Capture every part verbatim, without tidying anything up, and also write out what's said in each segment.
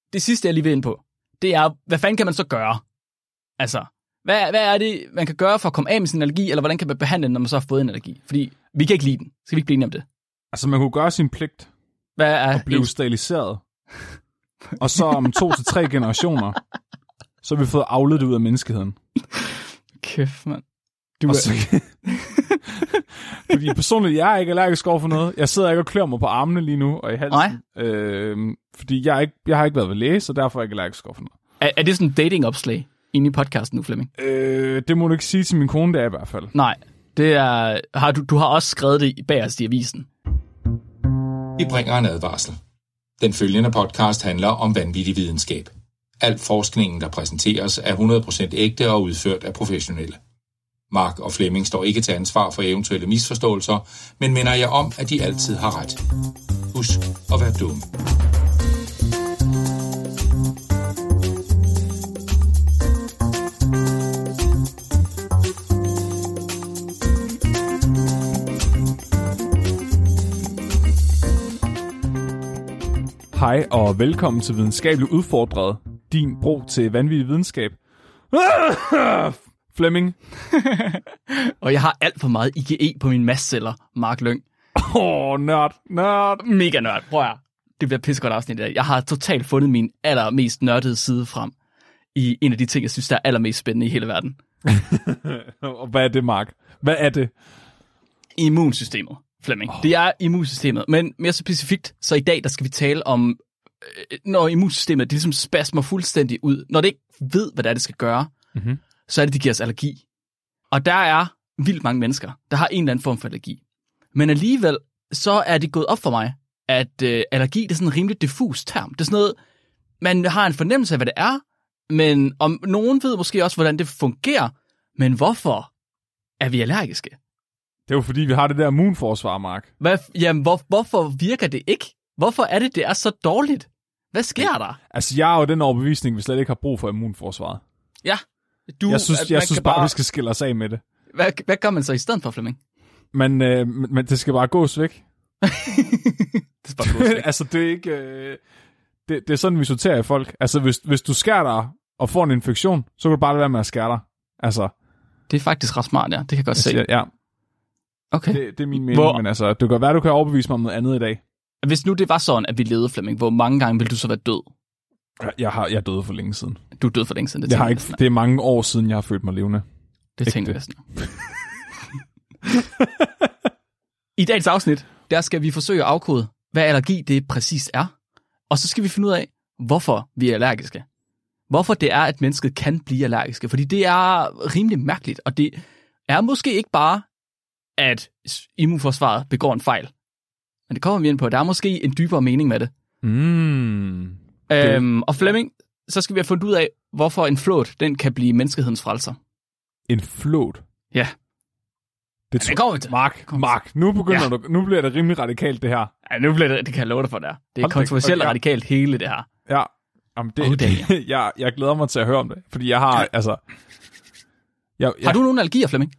det sidste, jeg lige vil ind på, det er, hvad fanden kan man så gøre? Altså, hvad, hvad er det, man kan gøre for at komme af med sin allergi, eller hvordan kan man behandle den, når man så har fået en allergi? Fordi vi kan ikke lide den. Skal vi ikke blive enige om det? Altså, man kunne gøre sin pligt hvad er og blive en... steriliseret. Og så om to til tre generationer, så har vi fået afledt ud af menneskeheden. Kæft, mand. Du er... er... så... Fordi personligt, jeg er ikke allergisk over for noget. Jeg sidder ikke og klør mig på armene lige nu, og i halsen. Øh, fordi jeg, er ikke, jeg har ikke været ved læge, så derfor er jeg ikke allergisk over for noget. Er, er det sådan en dating-opslag inde i podcasten nu, Flemming? Øh, det må du ikke sige til min kone, det er i hvert fald. Nej, det er... Har du, du har også skrevet det bagerst i avisen. Vi bringer en advarsel. Den følgende podcast handler om vanvittig videnskab. Al forskningen, der præsenteres, er hundrede procent ægte og udført af professionelle. Mark og Flemming står ikke til ansvar for eventuelle misforståelser, men minder jer om, at de altid har ret. Husk at være dumme. Hej og velkommen til Videnskabeligt Udfordret, din bro til vanvittig videnskab. Flemming. Og jeg har alt for meget I G E på mine mastceller, Mark Lyng. Åh, oh, nørd, nørd. Mega nørd, prøv at. Det bliver pissegodt afsnit i dag. Jeg har totalt fundet min allermest nørdede side frem i en af de ting, jeg synes, der er allermest spændende i hele verden. Og hvad er det, Mark? Hvad er det? Immunsystemet, Flemming. Oh. Det er immunsystemet, men mere specifikt, så i dag, der skal vi tale om, når immunsystemet det ligesom spasmer fuldstændig ud, når det ikke ved, hvad det er, det skal gøre, mm-hmm. så er det, det giver os allergi. Og der er vildt mange mennesker, der har en eller anden form for allergi. Men alligevel, så er det gået op for mig, at øh, allergi, det er sådan en rimelig diffus term. Det er sådan noget, man har en fornemmelse af, hvad det er, men om nogen ved måske også, hvordan det fungerer, men hvorfor er vi allergiske? Det er jo fordi, vi har det der immunforsvar, Mark. Hvad, jamen, hvor, hvorfor virker det ikke? Hvorfor er det, det er så dårligt? Hvad sker der? Altså, jeg er jo den overbevisning, vi slet ikke har brug for immunforsvaret. Ja. Du, jeg synes, jeg synes bare, bare, vi skal skille os af med det. Hvad, hvad gør man så i stedet for, Flemming? Men, øh, men det skal bare gås væk. det skal bare gås væk. Altså, det er ikke... Øh, det, det er sådan, vi sorterer i folk. Altså, hvis, hvis du skærer dig og får en infektion, så kan du bare lade være med at skære dig. Altså... Det er faktisk ret smart, ja. Det kan jeg godt se. Siger, ja. Okay. Det, det er min mening, hvor... men altså, det kan være, du kan overbevise mig om noget andet i dag. Hvis nu det var sådan, at vi levede, Flemming, hvor mange gange ville du så være død? Jeg har jeg er død for længe siden. Du er død for længe siden? Det, jeg har ikke, det er mange år siden, jeg har følt mig levende. Det tænker jeg sådan. I dagens afsnit, der skal vi forsøge at afkode, hvad allergi det præcis er. Og så skal vi finde ud af, hvorfor vi er allergiske. Hvorfor det er, at mennesket kan blive allergiske. Fordi det er rimelig mærkeligt, og det er måske ikke bare, at immunforsvaret begår en fejl. Men det kommer vi ind på. Der er måske en dybere mening med det. Mm. Øhm, og Flemming, så skal vi have fundet ud af, hvorfor en flåt, den kan blive menneskehedens frelser. En flåt? Ja. Det, ja, det kommer vi til. Mark, Mark, nu begynder ja. du, nu bliver det rimelig radikalt, det her. Ja, nu bliver det, det kan jeg love dig for, det her. Det er kontroversielt og radikalt, hele det her. Ja, jamen det, oh, det jeg, jeg glæder mig til at høre om det, fordi jeg har, altså... Jeg, jeg, har du nogen allergier, Flemming?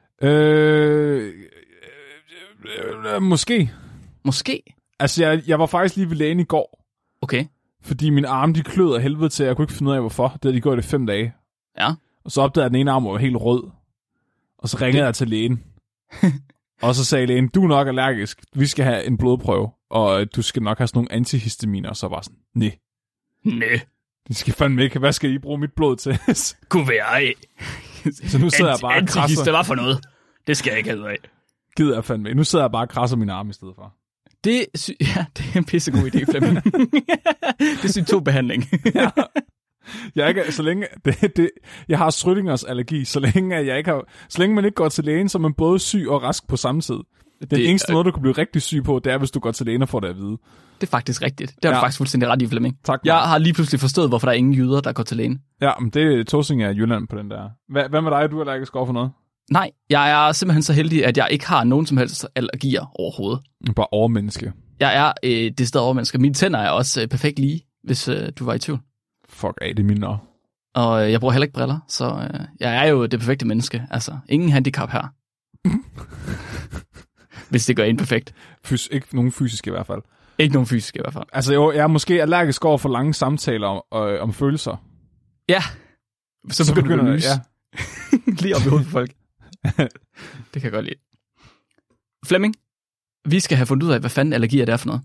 Øh, øh, øh, øh, måske. Måske? Altså, jeg, jeg var faktisk lige ved lægen i går. Okay. Fordi mine arme, de klød af helvede til, jeg kunne ikke finde ud af, hvorfor. Det havde de gjort i fem dage. Ja. Og så opdagede jeg, at den ene arm var helt rød. Og så ringede det... jeg til lægen. Og så sagde lægen, du er nok allergisk. Vi skal have en blodprøve. Og du skal nok have sådan nogle antihistaminer. Og så var sådan, næ. Næ. Det skal fandme ikke. Hvad skal I bruge mit blod til? Kunne være. Så nu sidder jeg bare og krasser. Det var for noget. Det skal jeg ikke have af. Gider jeg fandme. Nu sidder jeg bare og krasser mine arme i stedet for. Det, sy- ja, det er en pissegod idé, Flemming. Det er symptombehandling. Ja. Jeg ikke, så længe det, det, jeg har Schrödingers allergi, så længe jeg ikke har, så længe man ikke går til lægen, så er man både syg og rask på samme tid. Den det, eneste øh, måde, du kan blive rigtig syg på, det er, hvis du går til lægen og får det at vide. Det er faktisk rigtigt. Det er ja. faktisk fuldstændig ret i, Flemming. Tak. Jeg har lige pludselig forstået, hvorfor der er ingen jyder, der går til lægen. Ja, men det er Tåsinge af Jylland på den der. Hvad, hvad med dig? Du er allergisk over for noget? Nej, jeg er simpelthen så heldig, at jeg ikke har nogen som helst allergier overhovedet. Bare overmenneske. Jeg er øh, det sted overmenneske. Mine tænder er også øh, perfekt lige, hvis øh, du var i tvivl. Fuck af, det er mine. Og øh, jeg bruger heller ikke briller, så øh, jeg er jo det perfekte menneske. Altså, ingen handicap her. Hvis det går ind perfekt. Fys- ikke nogen fysisk i hvert fald. Ikke nogen fysisk i hvert fald. Altså jo, jeg er måske allergisk over for lange samtaler om, øh, om følelser. Ja, så, så begynder du at lyse. Ja. Lige op i hovedet på folk. Det kan jeg godt lide. Flemming, vi skal have fundet ud af, hvad fanden allergi er der for noget.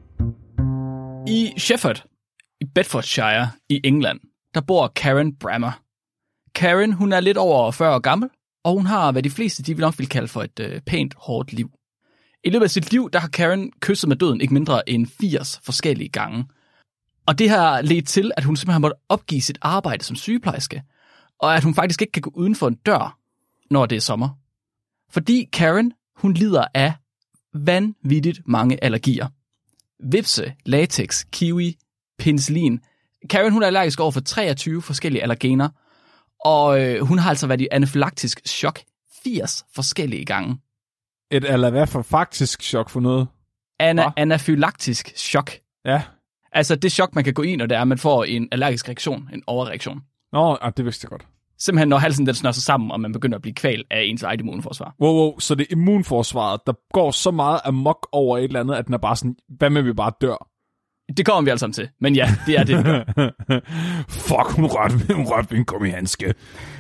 I Shefford, i Bedfordshire i England, der bor Karen Brammer. Karen, hun er lidt over fyrre år gammel, og hun har, hvad de fleste de vil nok vil kalde for et øh, pænt, hårdt liv. I løbet af sit liv, der har Karen kysset med døden ikke mindre end firs forskellige gange. Og det har ledt til, at hun simpelthen har måttet opgive sit arbejde som sygeplejerske, og at hun faktisk ikke kan gå uden for en dør, når det er sommer. Fordi Karen, hun lider af vanvittigt mange allergier. Vipse, latex, kiwi, penicillin. Karen, hun er allergisk over for treogtyve forskellige allergener, og øh, hun har altså været i anafylaktisk chok firs forskellige gange. Et eller hvad for faktisk chok for noget? Ana- anafylaktisk chok. Ja. Altså det chok, man kan gå i, når det er, at man får en allergisk reaktion, en overreaktion. Nå, ah, det vidste jeg godt. Simpelthen når halsen den snør sig sammen, og man begynder at blive kvalt af ens eget immunforsvar. Wow, wow, så det er immunforsvaret, der går så meget amok over et eller andet, at den er bare sådan, hvad med vi bare dør? Det kommer vi alle sammen til, men ja, det er det, det gør. Fuck, hun rørte, hun rørte en gummihandske.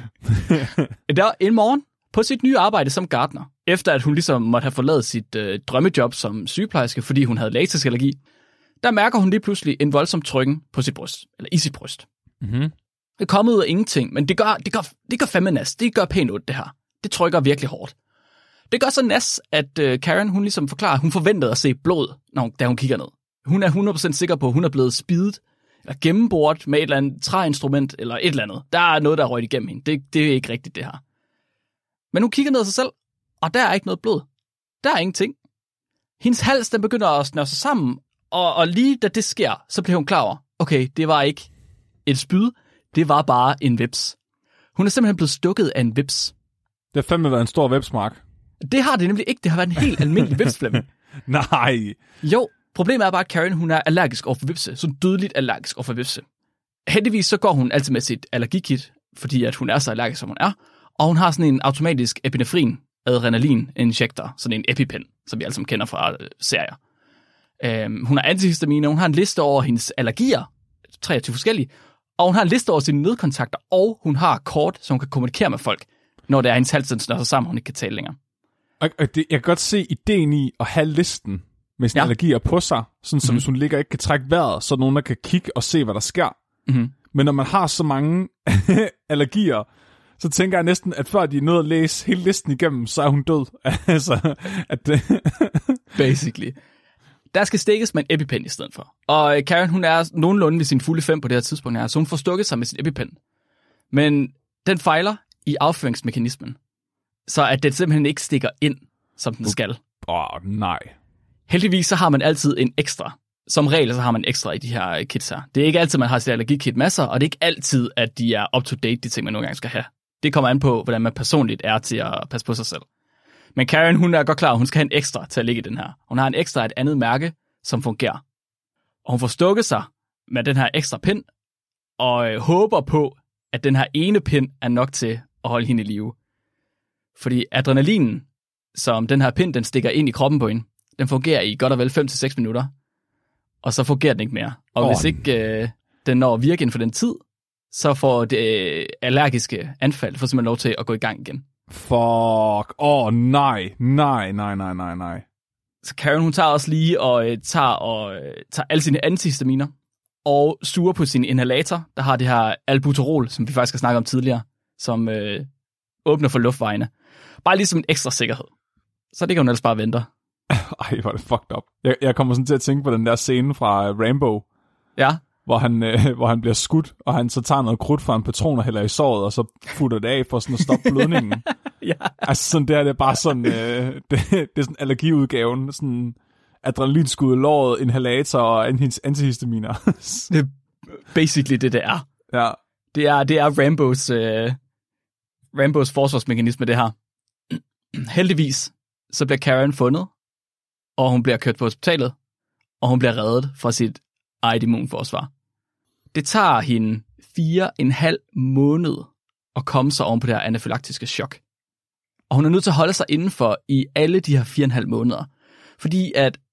Der en morgen på sit nye arbejde som gartner, efter at hun ligesom måtte have forladet sit øh, drømmejob som sygeplejerske, fordi hun havde latexallergi, der mærker hun lige pludselig en voldsom trykken på sit bryst, eller i sit bryst. Mm-hmm. Det kommer ud af ingenting, men det gør, det gør, det gør fandme nas. Det gør pænt ondt, det her. Det trykker virkelig hårdt. Det gør så nas, at øh, Karen, hun ligesom forklarer, at hun forventede at se blod, når hun, da hun kigger ned. Hun er hundrede procent sikker på, at hun er blevet spidet, eller gennemboret med et eller andet træinstrument, eller et eller andet. Der er noget, der er røget igennem hende. Det, det er ikke rigtigt, det her. Men hun kigger ned af sig selv, og der er ikke noget blod. Der er ingenting. Hendes hals, den begynder at snøre sig sammen, og, og lige da det sker, så bliver hun klar over, okay, det var ikke et spyd, det var bare en vips. Hun er simpelthen blevet stukket af en vips. Det har fandme været en stor vipsmark. Det har det nemlig ikke. Det har været en helt almindelig vipsflemme. Nej. Jo, problemet er bare, at Karen, hun er allergisk over for vipse. Så dødeligt allergisk over for vipse. Heldigvis så går hun altid med sit allergikit, fordi at hun er så allergisk, som hun er. Og hun har sådan en automatisk epinefrin adrenalin injektor, sådan en EpiPen, som vi alle sammen kender fra øh, serier. Øhm, hun har antihistaminer, hun har en liste over hendes allergier, treogtyve forskellige, og hun har en liste over sine nødkontakter, og hun har kort, så hun kan kommunikere med folk, når det er hendes hals, den snør sig sammen, hun ikke kan tale længere. Og, og det, jeg kan godt se ideen i at have listen med sine ja. allergier på sig, sådan så mm-hmm. hvis hun ligger og ikke kan trække vejret, så er nogen, der kan kigge og se, hvad der sker. Mm-hmm. Men når man har så mange allergier, så tænker jeg næsten, at før de er nødt at læse hele listen igennem, så er hun død. altså, at det Basically. Der skal stikkes med en EpiPen i stedet for. Og Karen, hun er nogenlunde ved sin fulde fem på det her tidspunkt her, så hun får stukket sig med sin EpiPen. Men den fejler i afføringsmekanismen, så at den simpelthen ikke stikker ind, som den skal. Åh, oh, nej. Heldigvis så har man altid en ekstra. Som regel så har man ekstra i de her kits her. Det er ikke altid, man har sit allergikit masser, og det er ikke altid, at de er up-to-date, de ting, man nogle gange skal have. Det kommer an på, hvordan man personligt er til at passe på sig selv. Men Karen, hun er godt klar, hun skal have en ekstra til at ligge i den her. Hun har en ekstra af et andet mærke, som fungerer. Og hun får stukket sig med den her ekstra pind, og øh, håber på, at den her ene pind er nok til at holde hende i live. Fordi adrenalinen, som den her pind, den stikker ind i kroppen på hende, den fungerer i godt og vel fem til seks minutter. Og så fungerer den ikke mere. Og oh. hvis ikke øh, den når at virke inden for den tid, så får det øh, allergiske anfald for simpelthen lov til at gå i gang igen. Fuck. Åh, oh, nej. Nej, nej, nej, nej, nej. Så Karen, hun tager også lige og øh, tager, og, øh, tager alle sine antihistaminer og suger på sin inhalator, der har det her albuterol, som vi faktisk har snakket om tidligere, som øh, åbner for luftvejene. Bare lige som en ekstra sikkerhed. Så det kan hun ellers bare vente. Ej, hvor er det fucked up. Jeg, jeg kommer sådan til at tænke på den der scene fra Rambo. Ja. Hvor han, øh, hvor han bliver skudt, og han så tager noget krudt fra en patron og hælder i såret, og så futter det af for sådan at stoppe blødningen. Ja. Altså sådan der, det er bare sådan, øh, det, det er sådan allergiudgaven, sådan adrenalinskud i låret, inhalator og antihistaminer. Det er basically det, det er. Ja. Det er, det er Rambos, øh, Rambos forsvarsmekanisme, det her. Heldigvis, så bliver Karen fundet, og hun bliver kørt på hospitalet, og hun bliver reddet fra sit eget immunforsvar. Det tager hende fire og en halv måned at komme sig oven på det her anafylaktiske chok. Og hun er nødt til at holde sig indenfor i alle de her fire og en halv måneder. Fordi at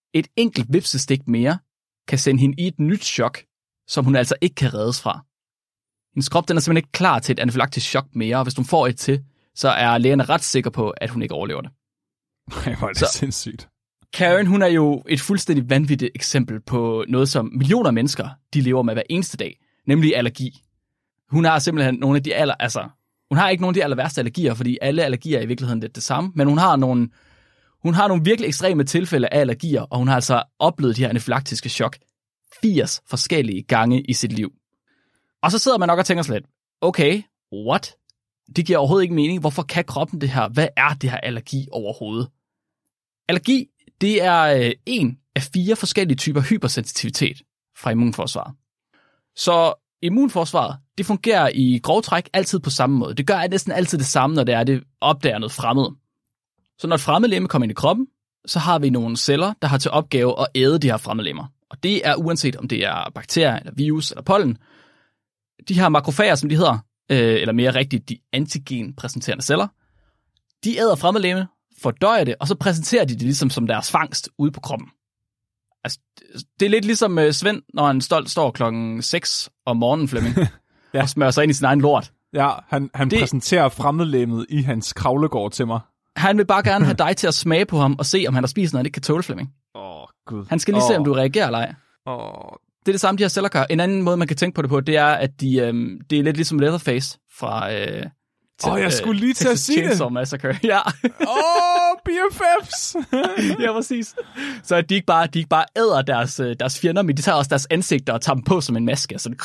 et enkelt vipsestik mere kan sende hende i et nyt chok, som hun altså ikke kan reddes fra. Hendes krop den er simpelthen ikke klar til et anafylaktisk chok mere, og hvis hun får et til, så er lægerne ret sikre på, at hun ikke overlever det. Nej, hvor er det så sindssygt. Karen, hun er jo et fuldstændig vanvittigt eksempel på noget, som millioner af mennesker, de lever med hver eneste dag, nemlig allergi. Hun har simpelthen nogle af de aller, altså, hun har ikke nogle af de aller værste allergier, fordi alle allergier er i virkeligheden lidt det samme, men hun har nogle, hun har nogle virkelig ekstreme tilfælde af allergier, og hun har altså oplevet de her anafylaktiske chok firs forskellige gange i sit liv. Og så sidder man nok og tænker sig lidt, okay, what? Det giver overhovedet ikke mening. Hvorfor kan kroppen det her? Hvad er det her allergi overhovedet? Allergi, det er øh, en af fire forskellige typer hypersensitivitet fra immunforsvaret. Så immunforsvaret, det fungerer i grov træk altid på samme måde. Det gør næsten altid det samme, når det er, det opdager noget fremmed. Så når et fremmedlegeme kommer ind i kroppen, så har vi nogle celler, der har til opgave at æde de her fremmedlegemer. Og det er uanset om det er bakterier, eller virus, eller pollen. De her makrofager, som de hedder, øh, eller mere rigtigt, de antigen-præsenterende celler, de æder fremmedlegeme, fordøjer det, og så præsenterer de det ligesom som deres fangst ude på kroppen. Altså, det er lidt ligesom uh, Svend, når han stolt står klokken seks om morgenen, Flemming, ja. og smører sig ind i sin egen lort. Ja, han, han det, præsenterer fremmedlegemet i hans kravlegård til mig. Han vil bare gerne have dig til at smage på ham og se, om han har spist noget, han ikke kan tåle, Flemming. Åh, oh, gud. Han skal lige oh. se, om du reagerer eller ej. Oh. Det er det samme, de her celler gør. En anden måde, man kan tænke på det på, det er, at de, øhm, det er lidt ligesom Leatherface fra... Øh, Åh, oh, jeg skulle lige til at sige Chainsaw det. Massacre. Ja. Åh, oh, B F Fs! Ja, præcis. Så at de ikke bare, de ikke bare æder deres, deres fjender, men de tager også deres ansigter og tager dem på som en maske. Sådan.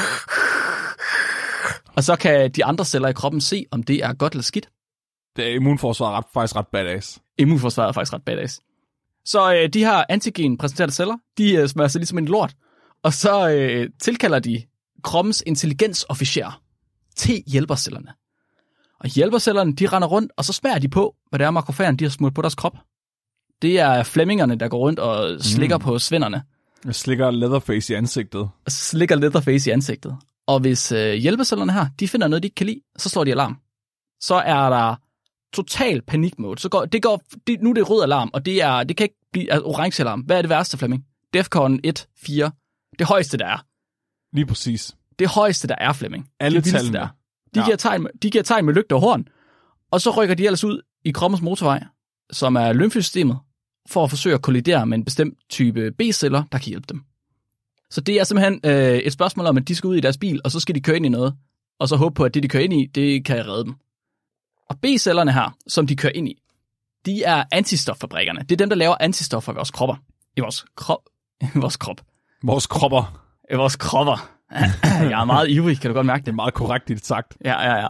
Og så kan de andre celler i kroppen se, om det er godt eller skidt. Det er immunforsvaret ret, faktisk ret badass. Immunforsvaret er faktisk ret badass. Så øh, de her antigen-præsenterede celler, de øh, smager sig ligesom en lort. Og så øh, tilkalder de kroppens intelligensofficer til hjælpercellerne. Og hjælpercellerne, de render rundt, og så smager de på, hvad det er, makrofagerne, de har smurt på deres krop. Det er flemmingerne, der går rundt og slikker mm. på svenderne. Jeg slikker Leatherface i ansigtet. Og slikker Leatherface i ansigtet. Og hvis øh, hjælpercellerne her, de finder noget, de ikke kan lide, så slår de alarm. Så er der total panikmode. Så går, det går, det, nu er det rød alarm, og det, er, det kan ikke blive altså, orange alarm. Hvad er det værste, Flemming? Defcon et, fire. Det højeste, der er. Lige præcis. Det højeste, der er, Flemming. Alle tallene. Der. De, ja. giver tegn, de giver tegn med lygte og horn, og så rykker de ellers ud i kroppens motorvej, som er lymfesystemet, for at forsøge at kollidere med en bestemt type B-celler, der kan hjælpe dem. Så det er simpelthen øh, et spørgsmål om, at de skal ud i deres bil, og så skal de køre ind i noget, og så håbe på, at det, de kører ind i, det kan redde dem. Og B-cellerne her, som de kører ind i, de er antistoffabrikkerne. Det er dem, der laver antistoffer i vores kropper. I vores krop. I vores krop. Vores kropper. I vores kropper. Jeg er meget ivrig, kan du godt mærke det. Det er meget korrekt sagt. Ja, ja, ja.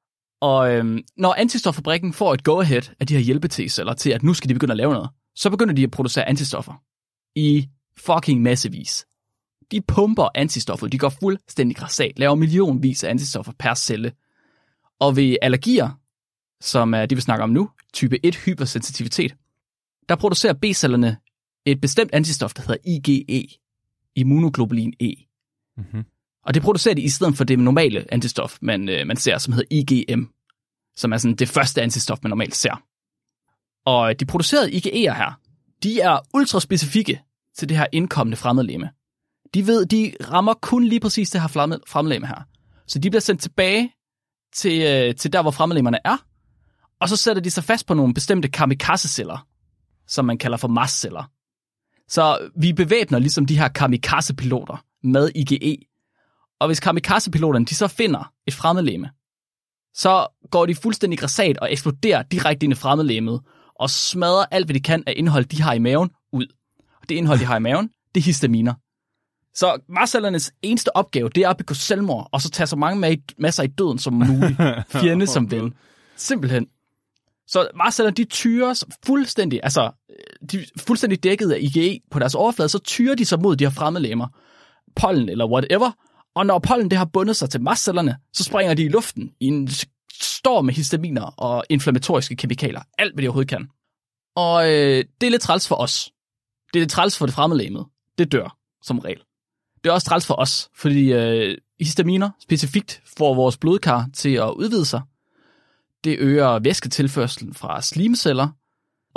Og øhm, når antistoffabrikken får et go-ahead af de her hjælpe-T-celler til, at nu skal de begynde at lave noget, så begynder de at producere antistoffer. I fucking massevis. De pumper antistoffer, de går fuldstændig grassat, laver millionvis af antistoffer per celle. Og ved allergier, som er det, vi snakker om nu, type et hypersensitivitet, der producerer B-cellerne et bestemt antistof, der hedder I G E, immunoglobulin E. Mm-hmm. Og det producerer de i stedet for det normale antistof, man, øh, man ser, som hedder I G M, som er sådan det første antistof, man normalt ser. Og de producerede I G E'er her, de er ultraspecifikke til det her indkommende fremmedlegeme. De ved, de rammer kun lige præcis det her fremmedlegeme her. Så de bliver sendt tilbage til, øh, til der, hvor fremmedlegemerne er, og så sætter de sig fast på nogle bestemte kamikaze-celler, som man kalder for mastceller. Så vi bevæbner ligesom de her kamikaze-piloter med I G E. Og hvis kamikaze-piloterne de så finder et fremmedlegeme, så går de fuldstændig grassat og eksploderer direkte ind i fremmedlegemet og smadrer alt, hvad de kan af indhold, de har i maven, ud. Og det indhold, de har i maven, det er histaminer. Så mastcellernes eneste opgave, det er at begå selvmord, og så tage så mange med i, masser i døden som muligt. Fjende som ven. Simpelthen. Så mastcellerne, de tyrer fuldstændig, altså, de er fuldstændig dækket af I G E på deres overflade, så tyrer de sig mod de her fremmedlegemer, pollen eller whatever, og når pollen det har bundet sig til mastcellerne, så springer de i luften i en storm med histaminer og inflammatoriske kemikalier. Alt, hvad de overhovedet kan. Og øh, det er lidt træls for os. Det er lidt træls for det fremmedlegeme. Det dør, som regel. Det er også træls for os, fordi øh, histaminer specifikt får vores blodkar til at udvide sig. Det øger væsketilførselen fra slimceller,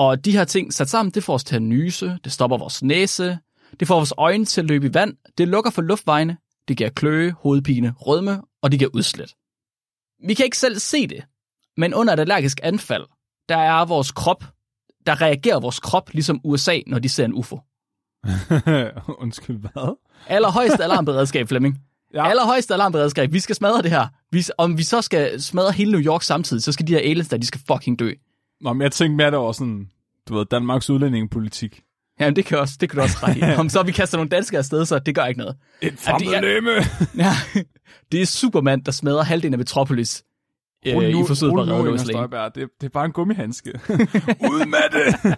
Og de her ting sat sammen, det får os til at nyse, det stopper vores næse, det får vores øjne til at løbe i vand, det lukker for luftvejene, det giver kløe, hovedpine, rødme, og det giver udslæt. Vi kan ikke selv se det, men under et allergisk anfald, der er vores krop, der reagerer vores krop, ligesom U S A, når de ser en U F O. Undskyld, hvad? Allerhøjeste alarmberedskab, Flemming. Ja. Allerhøjeste alarmberedskab. Vi skal smadre det her. Vi, om vi så skal smadre hele New York samtidig, så skal de her aliens der, de skal fucking dø. Nå, men jeg tænkte mere, det var sådan, du ved, Danmarks udlændingepolitik. Jamen, det kan, også, det kan du også ret i. Om så vi kaster nogle danskere afsted, så det gør ikke noget. Et fremmed lømme! Ja, det er Superman, der smadrer halvdelen af Metropolis øh, nu, i forsøget på at redde Lois Lane. Det, det er bare en gummihandske. Ud med det!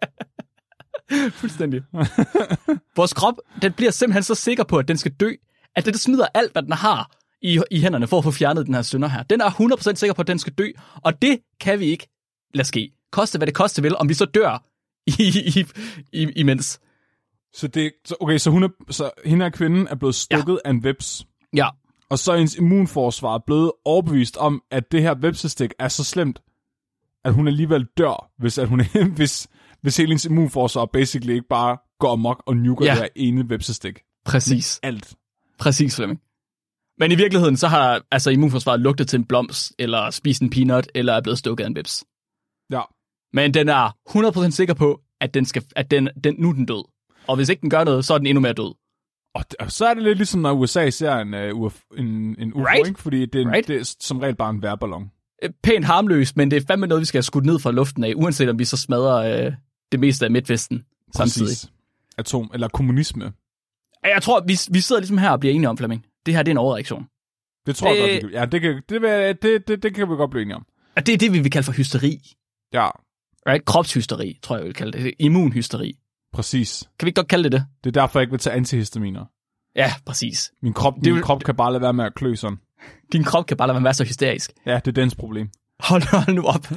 Fuldstændig. Vores krop, den bliver simpelthen så sikker på, at den skal dø, at den smider alt, hvad den har i, i hænderne for at få fjernet den her synder her. Den er hundrede procent sikker på, at den skal dø, og det kan vi ikke lade ske. Koste hvad det koste vil, om vi så dør i, i, i, imens. Så det, så, okay, så, hun er, så hende her kvinden er blevet stukket ja. af en webs. Ja. Og så er hendes immunforsvar blevet overbevist om, at det her websestik er så slemt, at hun alligevel dør, hvis, at hun, hvis, hvis hele hendes immunforsvar basically ikke bare går amok og nuker ja. det her ene websestik. Præcis. Alt. Præcis, Flemming. Men i virkeligheden, så har altså immunforsvaret lugtet til en blomst, eller spist en peanut, eller er blevet stukket af en webs. Ja. Men den er hundrede procent sikker på, at, den skal, at den, den, nu er den død. Og hvis ikke den gør noget, så er den endnu mere død. Og så er det lidt ligesom, når U S A ser en, uh, en, en U F O, right? Ikke? Fordi det er, right? det er som regel bare en vejrballon. Pænt harmløst, men det er fandme noget, vi skal have skudt ned fra luften af, uanset om vi så smadrer øh, det meste af Midtvesten samtidig. Præcis. Atom, eller kommunisme. Jeg tror, vi, vi sidder ligesom her og bliver enige om, Flemming. Det her, det er en overreaktion. Det tror det, jeg godt, vi kan. Ja, det kan, det, det, det, det kan vi godt blive enige om. Og det er det, vi vil kalde for hysteri. Ja. Right? Kropshysteri, tror jeg, vi vil kalde det. Immunhysteri. Præcis. Kan vi ikke godt kalde det det? Det er derfor, jeg ikke vil tage antihistaminer. Ja, præcis. Min krop, det vil... min krop kan bare lade være med at klø sådan. Din krop kan bare lade være så hysterisk. Ja, det er dens problem. Hold, hold nu op.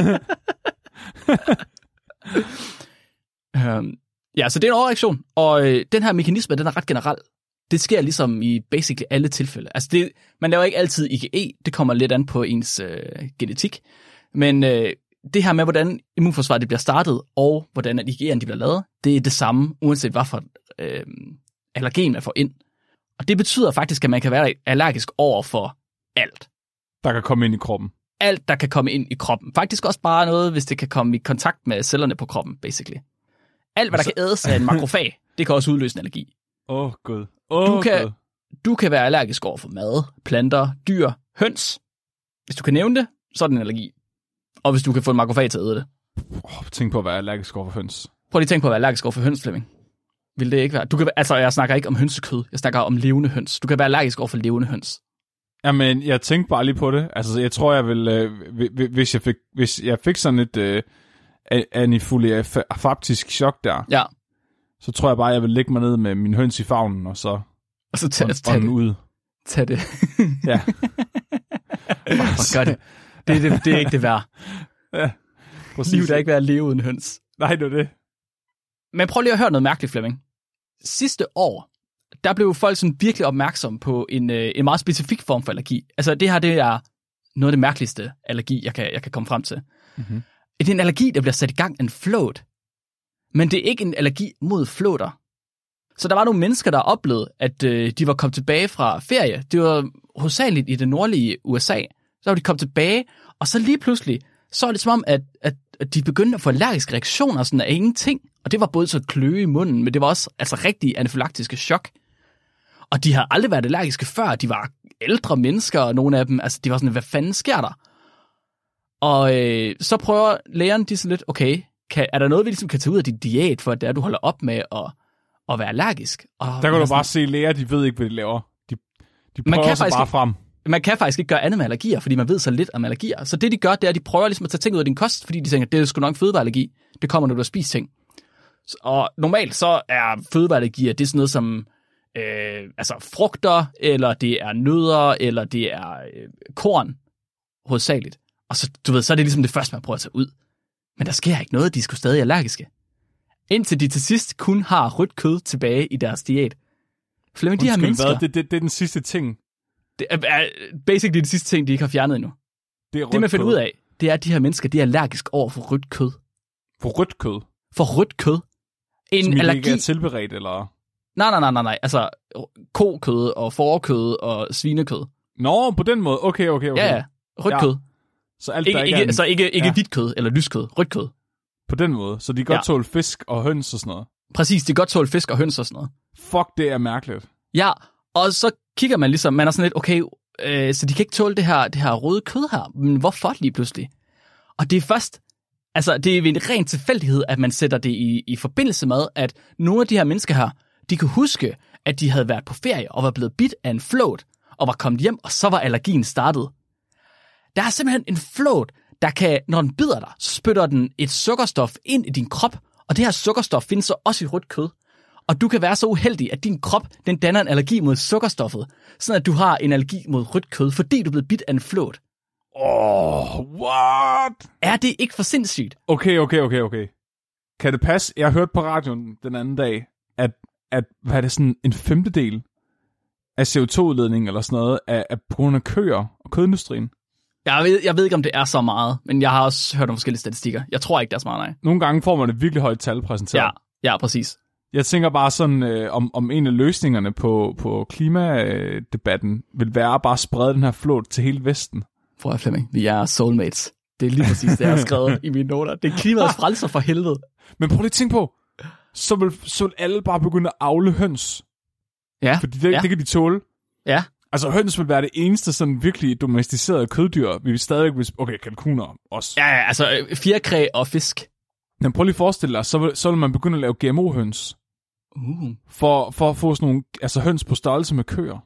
um, ja, så det er en overreaktion. Og øh, den her mekanisme, den er ret generel. Det sker ligesom i basically alle tilfælde. Altså, det, man laver ikke altid I G E. Det kommer lidt an på ens øh, genetik. Men øh, det her med, hvordan immunforsvaret det bliver startet, og hvordan I G E'erne de bliver lavet, det er det samme, uanset hvad for øh, allergen man får ind. Og det betyder faktisk, at man kan være allergisk over for alt. Der kan komme ind i kroppen. Alt, der kan komme ind i kroppen. Faktisk også bare noget, hvis det kan komme i kontakt med cellerne på kroppen, basically. Alt, hvad der så... kan ædes af en makrofag, det kan også udløse en allergi. Åh, oh, gud. Oh, du, kan, God. du kan være allergisk over for mad, planter, dyr, høns. Hvis du kan nævne det, så er det en allergi. Og hvis du kan få en makrofag til at æde det. Oh, tænk på at være allergisk over for høns. Prøv lige at tænke på at være allergisk over for høns, Flemming. Vil det ikke være? Du kan, altså, jeg snakker ikke om hønsekød. Jeg snakker om levende høns. Du kan være allergisk over for levende høns. Jamen, jeg tænkte bare lige på det. Altså, jeg tror, jeg vil... Øh, hvis, jeg fik, hvis jeg fik sådan et øh, anafylaktisk chok der, ja. så tror jeg bare, jeg vil lægge mig ned med min høns i favnen, og så... Og så tage, tage det ud. Tag det. Ja. Hvor gør det. Det, det. Det er ikke det værd. Ja, præcis. Liv, der ikke være at leve uden høns. Nej, det er det. Men prøv lige at høre noget mærkeligt, Flemming. Sidste år, der blev folk sådan virkelig opmærksomme på en, en meget specifik form for allergi. Altså det her, det er noget af det mærkeligste allergi, jeg kan, jeg kan komme frem til. Mm-hmm. Det er en allergi, der bliver sat i gang af en flåt. Men det er ikke en allergi mod flåter. Så der var nogle mennesker, der oplevede, at øh, de var kommet tilbage fra ferie. Det var hovedsageligt i det nordlige U S A. Så var de kommet tilbage, og så lige pludselig, så var det som om, at, at, at de begyndte at få allergiske reaktioner sådan af ingenting. Og det var både så kløe i munden, men det var også altså rigtig anafylaktiske chok. Og de havde aldrig været allergiske før. De var ældre mennesker, og nogle af dem, altså de var sådan, hvad fanden sker der? Og øh, så prøver lægerne de så lidt, okay, kan, er der noget, vi ligesom kan tage ud af dit diæt, for at det er, du holder op med at, at være allergisk? Og der kan du bare sådan, se, læger, de ved ikke, hvad de laver. De, de prøver sig bare frem. Man kan faktisk ikke gøre andet med allergier, fordi man ved så lidt om allergier. Så det, de gør, det er, at de prøver ligesom at tage ting ud af din kost, fordi de tænker, det er sgu nok fødevareallergi. Det kommer, når du har spist ting. Og normalt så er fødevareallergier, det er sådan noget som øh, altså frugter, eller det er nødder, eller det er øh, korn, hovedsageligt. Og så, du ved, så er det ligesom det første, man prøver at tage ud. Men der sker ikke noget, de er sgu stadig allergiske. Indtil de til sidst kun har rødt kød tilbage i deres diæt. Flemming, de her mennesker... Det, det, det er den sidste ting. Det er, er basically det sidste ting, de ikke har fjernet endnu. Det, det man finder ud af, det er, at de her mennesker, de er allergisk over for rødt kød. For rødt kød? For rødt kød. En som allergi... ikke er tilberedt, eller? Nej, nej, nej, nej, nej. Altså, kokød og fårekød og svinekød. Nå, på den måde. Okay, okay, okay. Ja, ja. Rødt ja. kød. Så alt, ikke, der ikke ikke, er en... Så ikke, ikke ja. hvidt kød eller lyst kød. Rødt kød. På den måde. Så de kan godt ja. tåle fisk og høns og sådan noget. Præcis, de kan godt tåle fisk og høns og sådan noget. Fuck, det er mærkeligt. Ja, og så kigger man ligesom, man er sådan lidt, okay, øh, så de kan ikke tåle det her, det her røde kød her. Men hvorfor lige pludselig? Og det er først, altså det er ved en ren tilfældighed, at man sætter det i, i forbindelse med, at nogle af de her mennesker her, de kan huske, at de havde været på ferie og var blevet bidt af en flåt, og var kommet hjem, og så var allergien startet. Der er simpelthen en flåt, der kan, når den bider dig, så spytter den et sukkerstof ind i din krop, og det her sukkerstof findes så også i rødt kød. Og du kan være så uheldig, at din krop, den danner en allergi mod sukkerstoffet, sådan at du har en allergi mod rødt kød, fordi du er blevet bidt af en flåt. Åh, oh, what? Er det ikke for sindssygt? Okay, okay, okay, okay. Kan det passe? Jeg hørte på radioen den anden dag, at, at hvad er det, sådan en femtedel af C O to udledning eller sådan noget, er, er på grund af køer og kødindustrien. Jeg ved, jeg ved ikke, om det er så meget, men jeg har også hørt om forskellige statistikker. Jeg tror ikke, det er så meget, nej. Nogle gange får man et virkelig højt tal præsenteret. Ja, ja, præcis. Jeg tænker bare sådan, øh, om, om en af løsningerne på, på klimadebatten vil være at bare sprede den her flåt til hele Vesten. Prøv at Flemming, vi er soulmates. Det er lige præcis det, jeg har skrevet i mine noter. Det er klimaets frelser for helvede. Men prøv lige at tænke på, så vil, så vil alle bare begynde at avle høns. Ja. Fordi det, ja. det kan de tåle. Ja. Altså høns vil være det eneste sådan virkelig domesticerede køddyr. Vi vil stadigvæk... Okay, kalkuner også. Ja, ja, altså fjerkræ og fisk. Men prøv lige at forestille dig, så vil, så vil man begynde at lave G M O-høns. Uh. For, for at få sådan nogle altså høns på størrelse med køer.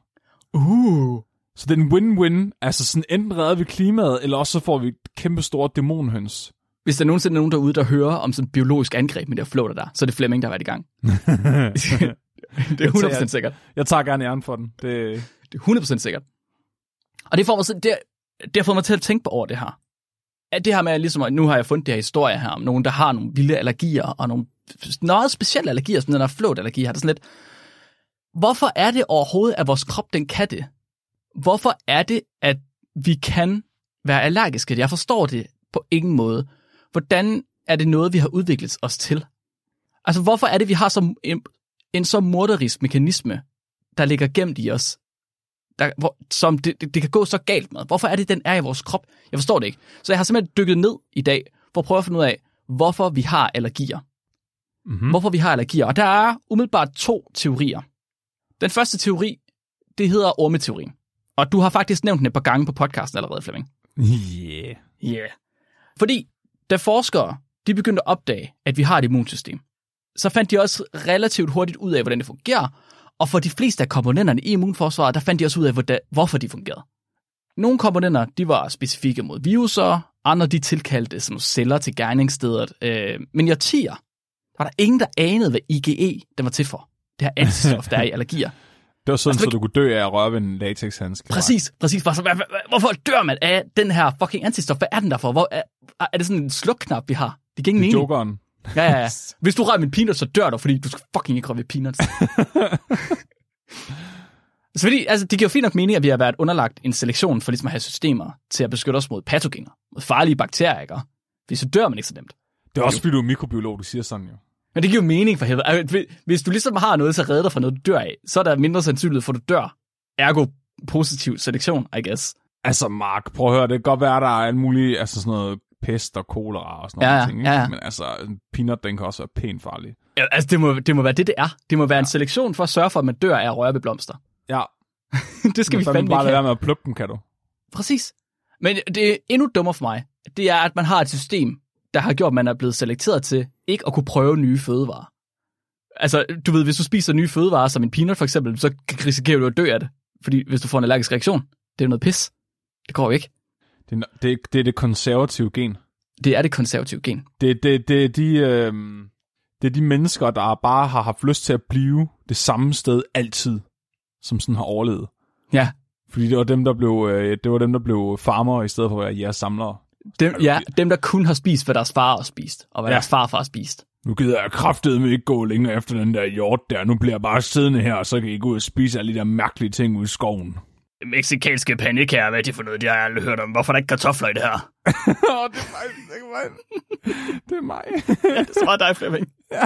Uh. Så det er en win-win. Altså sådan enten redder vi klimaet, eller også så får vi kæmpe store dæmonhøns. Hvis der nogensinde er nogen derude, der hører om sådan et biologisk angreb med der flåter der, så er det Flemming, der har været i gang. Det er hundrede procent sikkert. Jeg tager gerne æren for den. Det, det er hundrede procent sikkert. Og det får mig, det, det har fået mig til at tænke på over det her. At det her med, ligesom, nu har jeg fundet det her historie her, om nogen, der har nogle vilde allergier, og nogle meget specielle allergier, som den her flåtallergi har. Det sådan lidt, hvorfor er det overhovedet, at vores krop, den kan det? Hvorfor er det, at vi kan være allergiske? Jeg forstår det på ingen måde. Hvordan er det noget, vi har udviklet os til? Altså, hvorfor er det, vi har så en, en så morderisk mekanisme, der ligger gemt i os, der, hvor, som det, det, det kan gå så galt med? Hvorfor er det, den er i vores krop? Jeg forstår det ikke. Så jeg har simpelthen dykket ned i dag, for at prøve at finde ud af, hvorfor vi har allergier. Mm-hmm. Hvorfor vi har allergier. Og der er umiddelbart to teorier. Den første teori, det hedder ormeteorien. Og du har faktisk nævnt den et par gange på podcasten allerede, Flemming. Yeah. Yeah. Fordi da forskere, de begyndte at opdage, at vi har et immunsystem, så fandt de også relativt hurtigt ud af, hvordan det fungerer. Og for de fleste af komponenterne i immunforsvaret, der fandt de også ud af, hvorfor de fungerede. Nogle komponenter, de var specifikke mod viruser, andre de tilkaldte som celler til gerningsstedet. Øh, men i årtier, der var der ingen, der anede, hvad I G E den var til for. Det her antistof, der er i allergier. Det var sådan, altså, så du kunne dø af at røre ved en latexhandske. Præcis, præcis. Hvorfor dør man af den her fucking antistof? Hvad er den der for? Hvor, er, er det sådan en slukknap, vi har? Det giver ingen mening. Jokeren. Ja, ja, ja. Hvis du rører med peanuts, så dør du, fordi du skal fucking ikke røre ved peanuts. Så fordi, altså, det giver jo fint nok mening, at vi har været underlagt en selektion for ligesom at have systemer til at beskytte os mod patogener, mod farlige bakterier, ikke? Fordi så dør man ikke så nemt. Det er også fordi, du er mikrobiolog, du siger sådan jo. Men det giver jo mening for helvede. Altså, hvis du ligesom har noget til at redde dig fra noget, du dør af, så er der mindre sandsynlighed for, at du dør. Ergo positiv selektion, I guess. Altså, Mark, prøv at høre, det kan godt være, der er en mulig, altså sådan noget pest og kolera og sådan ja, noget ting, ikke? Ja, ja. Men altså, en peanut, den kan også være pænt farlig. Ja, altså, det må, det må være det, det er. Det må være ja. en selektion for at sørge for, at man dør af at røre ved blomster. Ja. Det skal vi fandme ikke bare lade have. være med at plukke dem, kan du? Præcis. Men det er endnu dummere for mig. Det er, at man har et system, der har gjort, at man er blevet selekteret til ikke at kunne prøve nye fødevarer. Altså, du ved, hvis du spiser nye fødevarer, som en peanut for eksempel, så risikerer du at dø af det. Fordi hvis du får en allergisk reaktion, det er noget pis. Det går jo ikke. Det er det, det, er det konservative gen. Det er det konservative gen. Det, det, det, er de, øh, det er de mennesker, der bare har haft lyst til at blive det samme sted altid, som sådan har overlevet. Ja. Fordi det var dem, der blev, øh, det var dem, der blev farmere, i stedet for at være jeres samlere. Dem, ja, dem, der kun har spist, hvad deres far har spist, og hvad ja. deres farfar har spist. Nu gider jeg kraftedeme ikke gå længere efter den der hjort der. Nu bliver jeg bare siddende her, og så kan I gå ud og spise alle de der mærkelige ting ude i skoven. mexikanske pandekager, hvad er det for noget? Det har jeg aldrig hørt om. Hvorfor er der ikke kartofler i det her? Åh, det er mig. Det er mig. Det er mig. Ja, det er så dig, Flemming. Ja.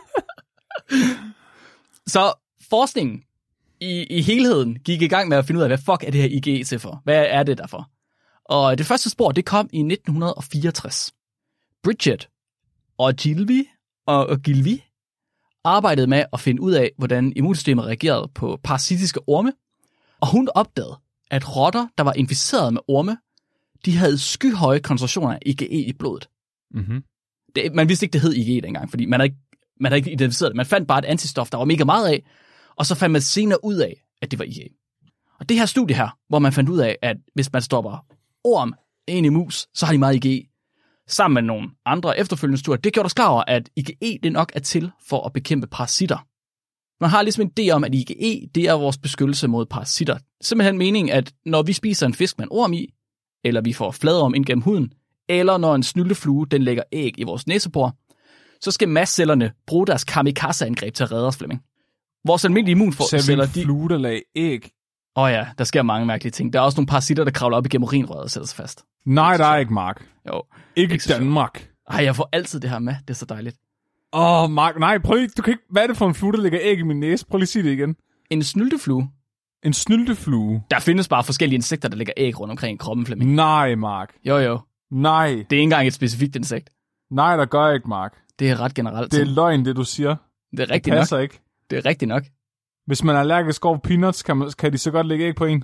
Så forskningen i, i helheden gik i gang med at finde ud af, hvad fuck er det her I G E til for? Hvad er det derfor? Og det første spor, det kom i nitten fireogtres. Bridget og Gilvi og, og Gilvi arbejdede med at finde ud af, hvordan immunsystemet reagerede på parasitiske orme, og hun opdagede, at rotter, der var inficeret med orme, de havde skyhøje koncentrationer af I G E i blodet. Mm-hmm. Det, man vidste ikke, det hed I G E dengang, fordi man havde ikke, man havde ikke identificeret det. Man fandt bare et antistof, der var mega meget af, og så fandt man senere ud af, at det var I G E. Og det her studie her, hvor man fandt ud af, at hvis man stopper orm ind i mus, så har de meget I G E. Sammen med nogle andre efterfølgende studier, det gjorde os klar over, at I G E det nok er til for at bekæmpe parasitter. Man har ligesom en idé om, at I G E det er vores beskyttelse mod parasitter. Simpelthen mening, at når vi spiser en fisk med en orm i, eller vi får fladorm ind gennem huden, eller når en snylteflue den lægger æg i vores næsebor, så skal mastcellerne bruge deres kamikaze-angreb til at redde os, Flemming. Vores almindelige immunceller, de... flue, der lagde æg. Åh oh ja, der sker mange mærkelige ting. Der er også nogle parasitter, der kravler op igennem urinrøret og sætter sig fast. Nej, der er ikke, Mark. Jo. Ikke i Danmark. Ej, jeg får altid det her med. Det er så dejligt. Åh, oh, Mark, nej, prøv lige, du kan ikke... Hvad er det for en flue, der lægger æg i min næse? Prøv lige at sige det igen. En snylteflue. En snylteflue? Der findes bare forskellige insekter, der lægger æg rundt omkring i kroppen, Flemming. Nej, Mark. Jo, jo. Nej. Det er ikke engang et specifikt insekt. Nej, der gør ikke, Mark. Det er ret generelt. Det er løgn, det du siger. Det er rigtigt nok. Det passer nok. Ikke. Det er rigtigt nok. Hvis man er allergisk over peanuts, kan, man, kan de så godt lægge æg på en?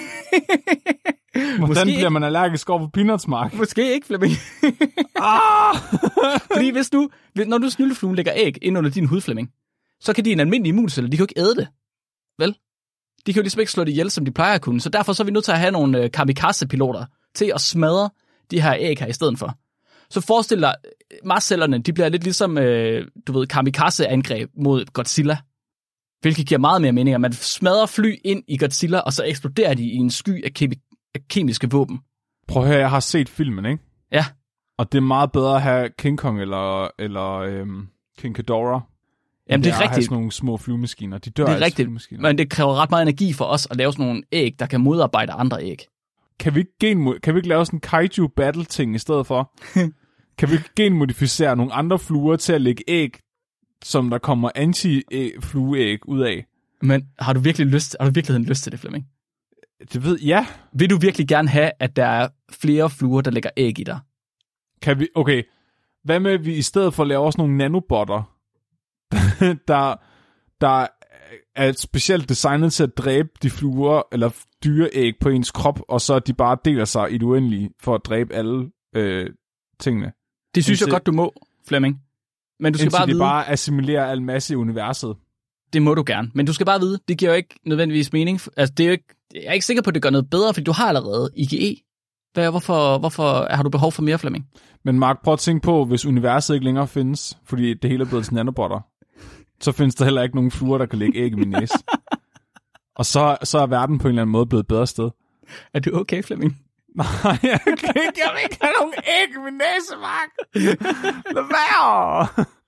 Hvordan Måske bliver man allergisk over peanuts, Mark? Måske ikke, Flemming. ah! Fordi hvis du, når du snyltefluen lægger æg ind under din hud, Flemming, så kan de en almindelig immunceller, de kan jo ikke æde det. Vel? De kan jo ligesom ikke slå det ihjel, som de plejer at kunne. Så derfor så er vi nødt til at have nogle øh, kamikaze-piloter til at smadre de her æg her i stedet for. Så forestil dig, mastcellerne, de bliver lidt ligesom, øh, du ved, kamikaze-angreb mod Godzilla. Hvilket giver meget mere mening, at man smadrer fly ind i Godzilla, og så eksploderer de i en sky af, kemi- af kemiske våben. Prøv at høre, jeg har set filmen, ikke? Ja. Og det er meget bedre at have King Kong eller, eller øhm, King Ghidorah. Jamen det er rigtigt. At have sådan nogle små flyvemaskiner. De dør det er altså rigtigt, flyvemaskiner. Men det kræver ret meget energi for os at lave sådan nogle æg, der kan modarbejde andre æg. Kan vi ikke, genmo- kan vi ikke lave sådan en kaiju battle ting i stedet for? Kan vi ikke genmodificere nogle andre fluer til at lægge æg, som der kommer anti-flueæg ud af? Men har du virkelig lyst, har du virkelig lyst til det, Flemming? Det ved ja. Vil du virkelig gerne have, at der er flere fluer, der lægger æg i dig? Kan vi, okay. Hvad med, at vi i stedet for laver sådan nogle nanobotter, der, der er specielt designet til at dræbe de fluer, eller dyreæg på ens krop, og så de bare deler sig i det uendelige for at dræbe alle øh, tingene. Det synes indtil, jeg godt, du må, Flemming. Men du skal bare de vide... bare assimilerer al masse i universet. Det må du gerne. Men du skal bare vide, det giver jo ikke nødvendigvis mening. Altså, det er jo ikke, jeg er ikke sikker på, at det gør noget bedre, fordi du har allerede I G E. Hvad, hvorfor, hvorfor har du behov for mere, Flemming? Men Mark, prøv at tænke på, hvis universet ikke længere findes, fordi det hele er blevet til nanobotter, så findes der heller ikke nogen fluer, der kan lægge æg i min næse. Og så, så er verden på en eller anden måde blevet et bedre sted. Er du okay, Flemming? Nej, jeg kan ikke, jeg vil ikke have nogen æg i min næse, Mark. Lad være.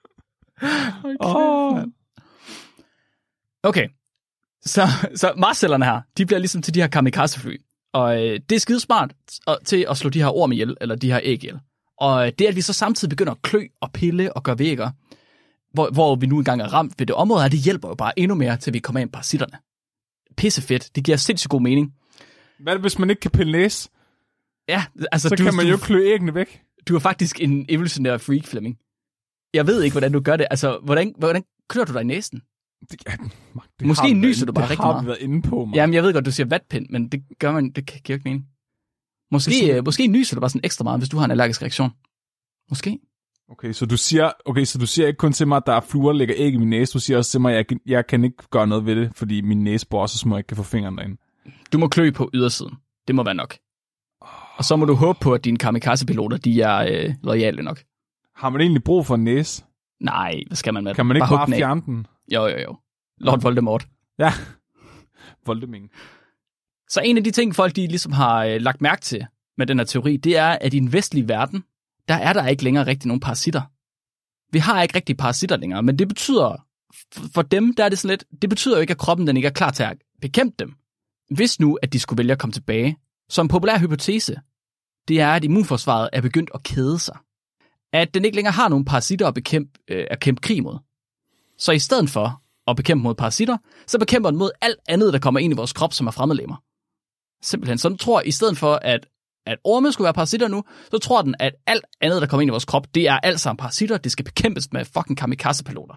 Okay, oh. okay. Så, så mastcellerne her, de bliver ligesom til de her kamikaze-fly. Og øh, det er skide smart og, til at slå de her orm ihjel, eller de her æg ihjel. Og det, at vi så samtidig begynder at klø og pille og gøre vægger, hvor, hvor vi nu engang er ramt ved det område, og det hjælper jo bare endnu mere, til vi kommer ind på parasitterne. Pissefedt. Det giver sindssygt god mening. Hvad hvis man ikke kan pille næse? Ja, altså... Så du, kan man jo klø æggene væk. Du er faktisk en evolutionær freak, Flemming. Jeg ved ikke, hvordan du gør det. Altså, hvordan, hvordan klør du dig i næsen? Det, ja, det Måske nyser du bare rigtig meget. Det har vi været inde på, man. Jamen, jeg ved godt, du siger vatpind, men det gør man, det giver ikke mening. Måske, sådan... øh, måske nyser du bare sådan ekstra meget, hvis du har en allergisk reaktion. Måske. Okay, så du siger, okay, så du siger ikke kun til mig, at der er fluer, der lægger æg i min næse. Du siger også til mig, at jeg, jeg kan ikke gøre noget ved det, fordi min næse bor så små, jeg ikke kan få fingeren derinde. Du må klø på ydersiden. Det må være nok. Og så må du håbe på, at dine kamikaze-piloter, de er øh, loyale nok. Har man egentlig brug for en næse? Nej, hvad skal man med Kan man ikke bare, bare fjerne den? Jo, jo, jo. Lord Voldemort. Ja, Voldemort. Så en af de ting, folk de ligesom har øh, lagt mærke til med den her teori, det er, at i den vestlige verden, der er der ikke længere rigtig nogen parasitter. Vi har ikke rigtig parasitter længere, men det betyder, for dem, der er det sådan lidt, det betyder jo ikke, at kroppen den ikke er klar til at bekæmpe dem. hvis nu, at de skulle vælge at komme tilbage, så en populær hypotese, det er, at immunforsvaret er begyndt at kede sig. At den ikke længere har nogen parasitter at, bekæmpe, øh, at kæmpe krig mod. Så i stedet for at bekæmpe mod parasitter, så bekæmper den mod alt andet, der kommer ind i vores krop, som er fremmedlemmer. Simpelthen. Så den tror, i stedet for, at, at orme skulle være parasitter nu, så tror den, at alt andet, der kommer ind i vores krop, det er alt sammen parasitter, det skal bekæmpes med fucking kamikaze-piloter.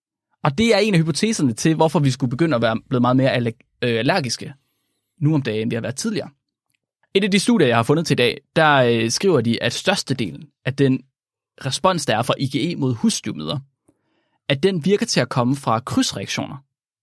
Og det er en af hypoteserne til, hvorfor vi skulle begynde at være blevet meget mere allergiske nu om dagen, end vi har været tidligere. Et af de studier, jeg har fundet til i dag, der øh, skriver de, at størstedelen af den respons, der er fra I G E mod husstøvmider, at den virker til at komme fra krydsreaktioner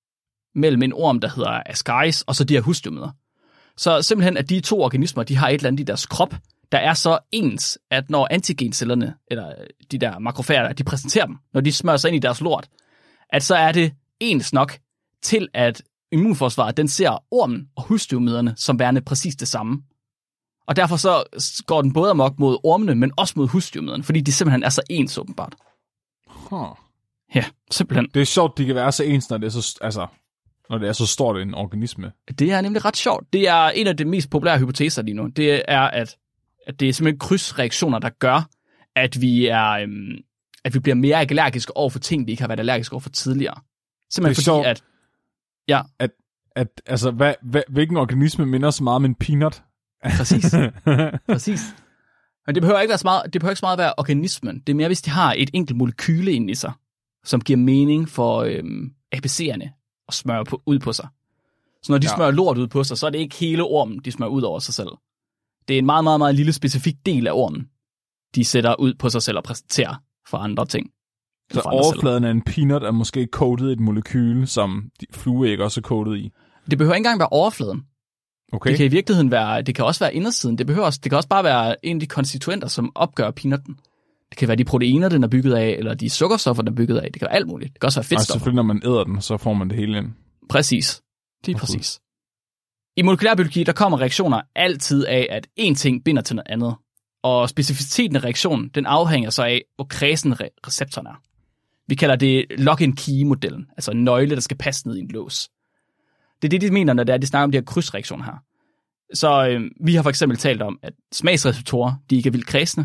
mellem en orm, der hedder Ascaris, og så de her husstøvmider. Så simpelthen, at de to organismer, de har et eller andet i deres krop, der er så ens, at når antigencellerne, eller de der makrofager, de præsenterer dem, når de smører sig ind i deres lort, at så er det ens nok til, at immunforsvaret, den ser ormen og husstøvmiderne som værende præcis det samme. Og derfor så går den både amok mod ormene, men også mod husstøvmiderne, fordi de simpelthen er så ens åbenbart. Huh. Ja, simpelthen. Det er sjovt, de kan være så ens, når det er så, altså, når det er så stort en organisme. Det er nemlig ret sjovt. Det er en af de mest populære hypoteser lige nu. Det er, at, at det er simpelthen krydsreaktioner, der gør, at vi, er, øhm, at vi bliver mere allergiske over for ting, vi ikke har været allergiske over for tidligere. Simpelthen fordi, sjovt, at... Ja. At, at, altså, hvad, hvad, hvilken organisme minder så meget om en peanut? Præcis. Præcis. Men det behøver ikke være så meget, det behøver ikke så meget at være organismen. Det er mere, hvis de har et enkelt molekyle inde i sig, som giver mening for øhm, A B C'erne at smøre på, ud på sig. Så når de ja. smører lort ud på sig, så er det ikke hele ormen, de smører ud over sig selv. Det er en meget, meget, meget lille specifik del af ormen, de sætter ud på sig selv og præsenterer for andre ting. Så overfladen af en peanut er måske coated i et molekyle, som de flueæg også er coated i? Det behøver ikke engang være overfladen. Okay. Det kan i virkeligheden være, det kan også være indersiden. Det, behøver også, det kan også bare være en af de konstituenter, som opgør peanutten. Det kan være de proteiner, den er bygget af, eller de sukkerstoffer, den er bygget af. Det kan være alt muligt. Det kan også være fedtstoffer. Og selvfølgelig, når man æder den, så får man det hele ind. Præcis. Det er okay. Præcis. I molekylærbiologi, der kommer reaktioner altid af, at én ting binder til noget andet. Og specificiteten af reaktionen, den afhænger så af, hvor kredsen receptoren er. Vi kalder det lock-and-key-modellen, altså en nøgle, der skal passe ned i en lås. Det er det, de mener, når det er, de snakker om de her krydsreaktioner her. Så øh, vi har for eksempel talt om, at smagsreceptorer, de ikke er vildt kredsende,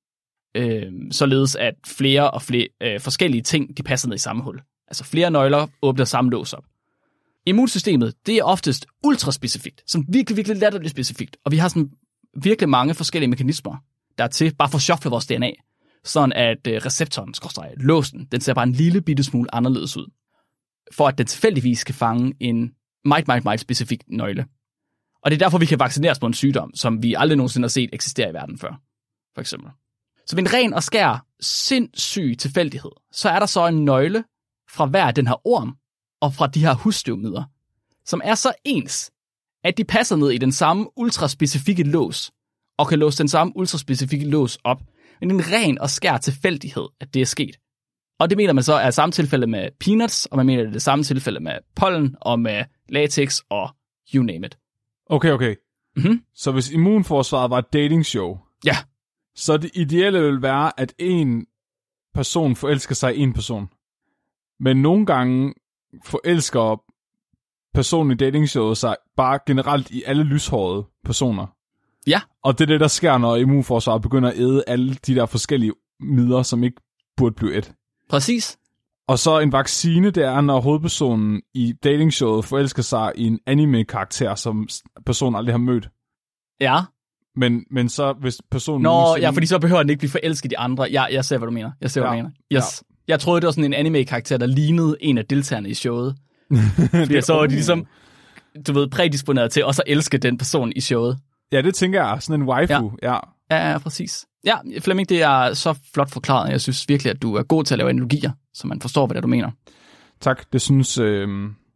øh, således at flere og flere øh, forskellige ting, de passer ned i samme hul. Altså flere nøgler åbner samme lås op. Immunsystemet, det er oftest ultraspecifikt, som virkelig, virkelig latterligt specifikt. Og vi har sådan virkelig mange forskellige mekanismer, der er til, bare for at shuffle vores D N A. Sådan at øh, receptoren, skorstræk, låsen, den ser bare en lille bitte smule anderledes ud. For at den tilfældigvis skal fange en meget, meget, meget specifik nøgle. Og det er derfor, vi kan vaccineres på en sygdom, som vi aldrig nogensinde har set eksistere i verden før. For eksempel. Så ved en ren og skær sindssyg tilfældighed, så er der så en nøgle fra hver den her orm, og fra de her husstøvmider, som er så ens, at de passer ned i den samme ultraspecifikke lås, og kan låse den samme ultraspecifikke lås op. Men det er en ren og skær tilfældighed, at det er sket. Og det mener man så er samme tilfælde med peanuts, og man mener det er det samme tilfælde med pollen, og med latex, og you name it. Okay, okay. Mm-hmm. Så hvis immunforsvaret var et datingshow, ja. Så det ideelle vil være, at en person forelsker sig i en person. Men nogle gange forelsker personen i datingshowet sig bare generelt i alle lyshårede personer. Ja. Og det er det, der sker, når immunforsvaret begynder at æde alle de der forskellige midler, som ikke burde blive et. Præcis. Og så en vaccine, det er, når hovedpersonen i datingshowet forelsker sig i en anime-karakter, som personen aldrig har mødt. Ja. Men, men så, hvis personen... Nå, nogensinde... ja, fordi så behøver den ikke blive forelsket i de andre. Ja, jeg ser, hvad du mener. Jeg ser, ja. hvad du mener. Yes. Ja. Jeg troede, det var sådan en anime-karakter, der lignede en af deltagerne i showet. Fordi så var de ligesom, du ved, prædisponeret til også at elske den person i showet. Ja, det tænker jeg. Sådan en waifu, ja. Ja, ja, præcis. Ja, Flemming, det er så flot forklaret. Jeg synes virkelig, at du er god til at lave analogier, så man forstår, hvad det er, du mener. Tak, det synes, øh,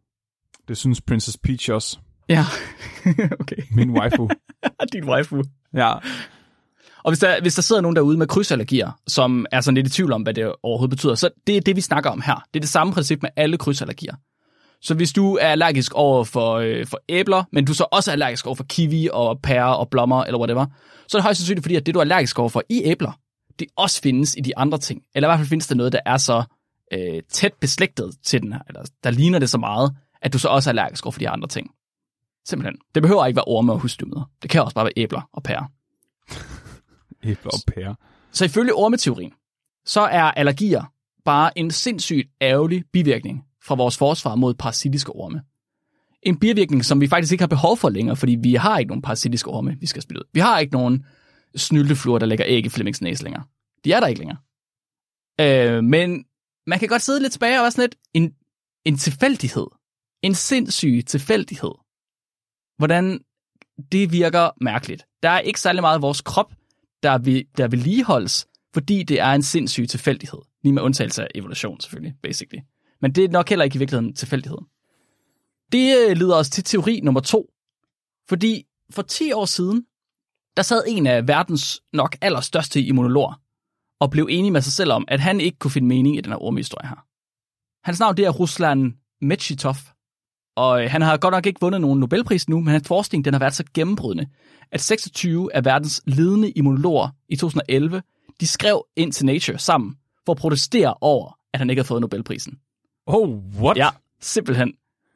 det synes Princess Peach også. Ja, okay. Min waifu. Din waifu. Ja. Og hvis der, hvis der sidder nogen derude med krydsallergier, som er sådan lidt i tvivl om, hvad det overhovedet betyder, så det er det, vi snakker om her. Det er det samme princip med alle krydsallergier. Så hvis du er allergisk over for, øh, for æbler, men du så også er allergisk over for kiwi og pærer og blommer eller whatever, så er det højst sandsynligt, fordi at det, du er allergisk over for i æbler, det også findes i de andre ting. Eller i hvert fald findes der noget, der er så øh, tæt beslægtet til den her, eller der ligner det så meget, at du så også er allergisk over for de andre ting. Simpelthen. Det behøver ikke være orme og husstymeder. Det kan også bare være æbler og pærer. Æbler og pærer. Så ifølge ormeteorien, så er allergier bare en sindssygt ærgerlig bivirkning fra vores forsvar mod parasitiske orme. En bivirkning, som vi faktisk ikke har behov for længere, fordi vi har ikke nogen parasitiske orme, vi skal spille ud. Vi har ikke nogen snyltefluer, der lægger æg i Flemmings næse længere. De er der ikke længere. Øh, men man kan godt sidde lidt tilbage og være sådan lidt en, en tilfældighed. En sindssyg tilfældighed. Hvordan det virker mærkeligt. Der er ikke særlig meget af vores krop, der vil, der vedligeholdes, fordi det er en sindssyg tilfældighed. Lige med undtagelse af evolution, selvfølgelig, basically. Men det er nok heller ikke i virkeligheden tilfældighed. Det leder os til teori nummer to. Fordi for ti år siden, der sad en af verdens nok allerstørste immunologer og blev enig med sig selv om, at han ikke kunne finde mening i den her ormehistorie her. Hans navn det er Ruslan Medvedev, og han har godt nok ikke vundet nogen Nobelpris nu, men hans forskning den har været så gennembrydende, at seksogtyve af verdens ledende immunologer i to tusind og elleve, de skrev ind til Nature sammen for at protestere over, at han ikke havde fået Nobelprisen. Oh, what? Ja, simpelthen.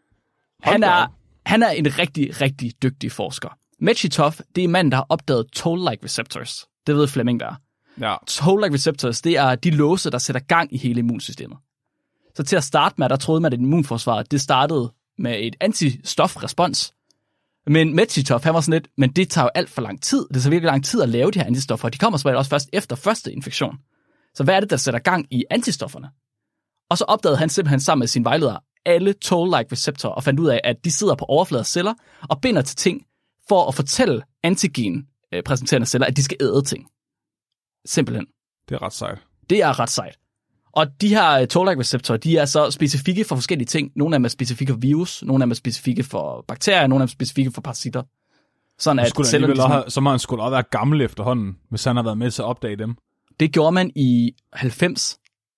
Han er, han er en rigtig, rigtig dygtig forsker. Medvedev, det er manden, der har opdaget toll-like receptors. Det ved Flemming, hvad er. Ja. Toll-like receptors, det er de låse, der sætter gang i hele immunsystemet. Så til at starte med, der troede man, at immunforsvaret, det startede med et antistofrespons. Men Medvedev, han var sådan lidt, men det tager jo alt for lang tid. Det tager virkelig lang tid at lave de her antistoffer, og de kommer selvfølgelig også først efter første infektion. Så hvad er det, der sætter gang i antistofferne? Og så opdagede han simpelthen sammen med sine vejledere alle toll-like receptorer og fandt ud af, at de sidder på overflader af celler og binder til ting for at fortælle antigen-præsenterende celler, at de skal æde ting. Simpelthen. Det er ret sejt. Det er ret sejt. Og de her toll-like receptorer, de er så specifikke for forskellige ting. Nogle af dem er specifikke for virus, nogle af dem er specifikke for bakterier, nogle af dem er specifikke for parasitter. Sådan at cellerne, ligesom... have, så må han skulle også være gammel efterhånden, hvis han har været med til at opdage dem. Det gjorde man i halvfems.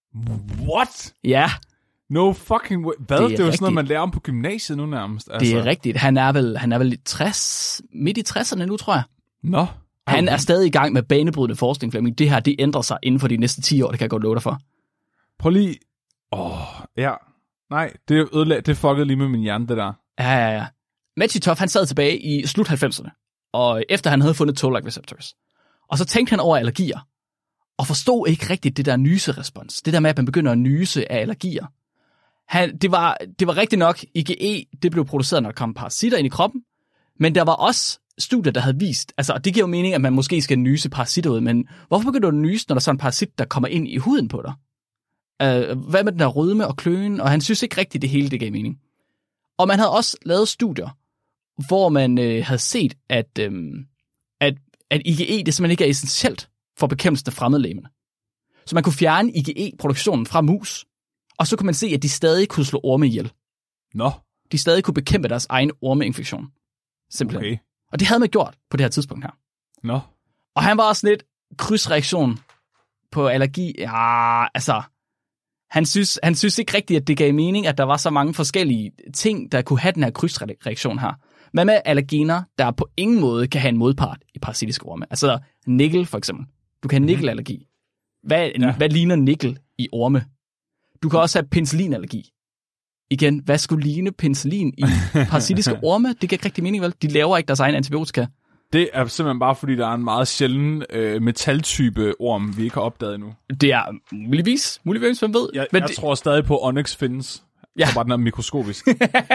What? Ja. No fucking way. Hvad? Det er, det er jo sådan noget, man lærer om på gymnasiet nu nærmest. Altså. Det er rigtigt. Han er vel, han er vel i tres, midt i tresserne nu, tror jeg. Nå. Han er stadig i gang med banebrydende forskning, Flemming. Det her, det ændrer sig inden for de næste ti år, det kan jeg godt love dig for. Prøv lige... Åh, oh, ja. Nej, det, ødelag... det fuckede lige med min hjerne, det der. Ja, ja, ja. Medvedev, han sad tilbage i slut halvfemserne, og efter han havde fundet toll-like receptors. Og så tænkte han over allergier, og forstod ikke rigtigt det der nyserespons. Det der med, at man begynder at nyse af allergier. Han, det, var, det var rigtigt nok, I G E, det blev produceret, når der kom parasitter ind i kroppen, men der var også studier, der havde vist, altså det giver jo mening, at man måske skal nyse parasitter ud, men hvorfor begynder du at nyse, når der er sådan en parasit, der kommer ind i huden på dig? Uh, hvad med den der rødme og kløen? Og han synes ikke rigtigt, det hele det gav mening. Og man havde også lavet studier, hvor man øh, havde set, at, øh, at, at I G E det simpelthen ikke er essentielt for bekæmpelsen af fremmedlegeme. Så man kunne fjerne I G E-produktionen fra mus, og så kunne man se, at de stadig kunne slå orme ihjel. Nå. De stadig kunne bekæmpe deres egen ormeinfektion. Simpelthen. Okay. Og det havde man gjort på det her tidspunkt her. Nå. Og han var også lidt krydsreaktion på allergi. Ja, altså... Han synes, han synes ikke rigtigt, at det gav mening, at der var så mange forskellige ting, der kunne have den her krydsreaktion her. Hvad med allergener, der på ingen måde kan have en modpart i parasitiske orme? Altså nikkel for eksempel. Du kan have nikkelallergi. Hvad, ja. hvad ligner nikkel i orme? Du kan også have penicillinallergi. Igen, hvad skulle ligne penicillin i parasitiske orme? Det giver ikke rigtig mening, vel? De laver ikke deres egen antibiotika. Det er simpelthen bare, fordi der er en meget sjælden øh, metaltype orm, vi ikke har opdaget endnu. Det er muligvis, muligvis, hvem ved. Jeg, Men jeg det... tror stadig på, Onyx findes. Ja. Så bare den er mikroskopisk.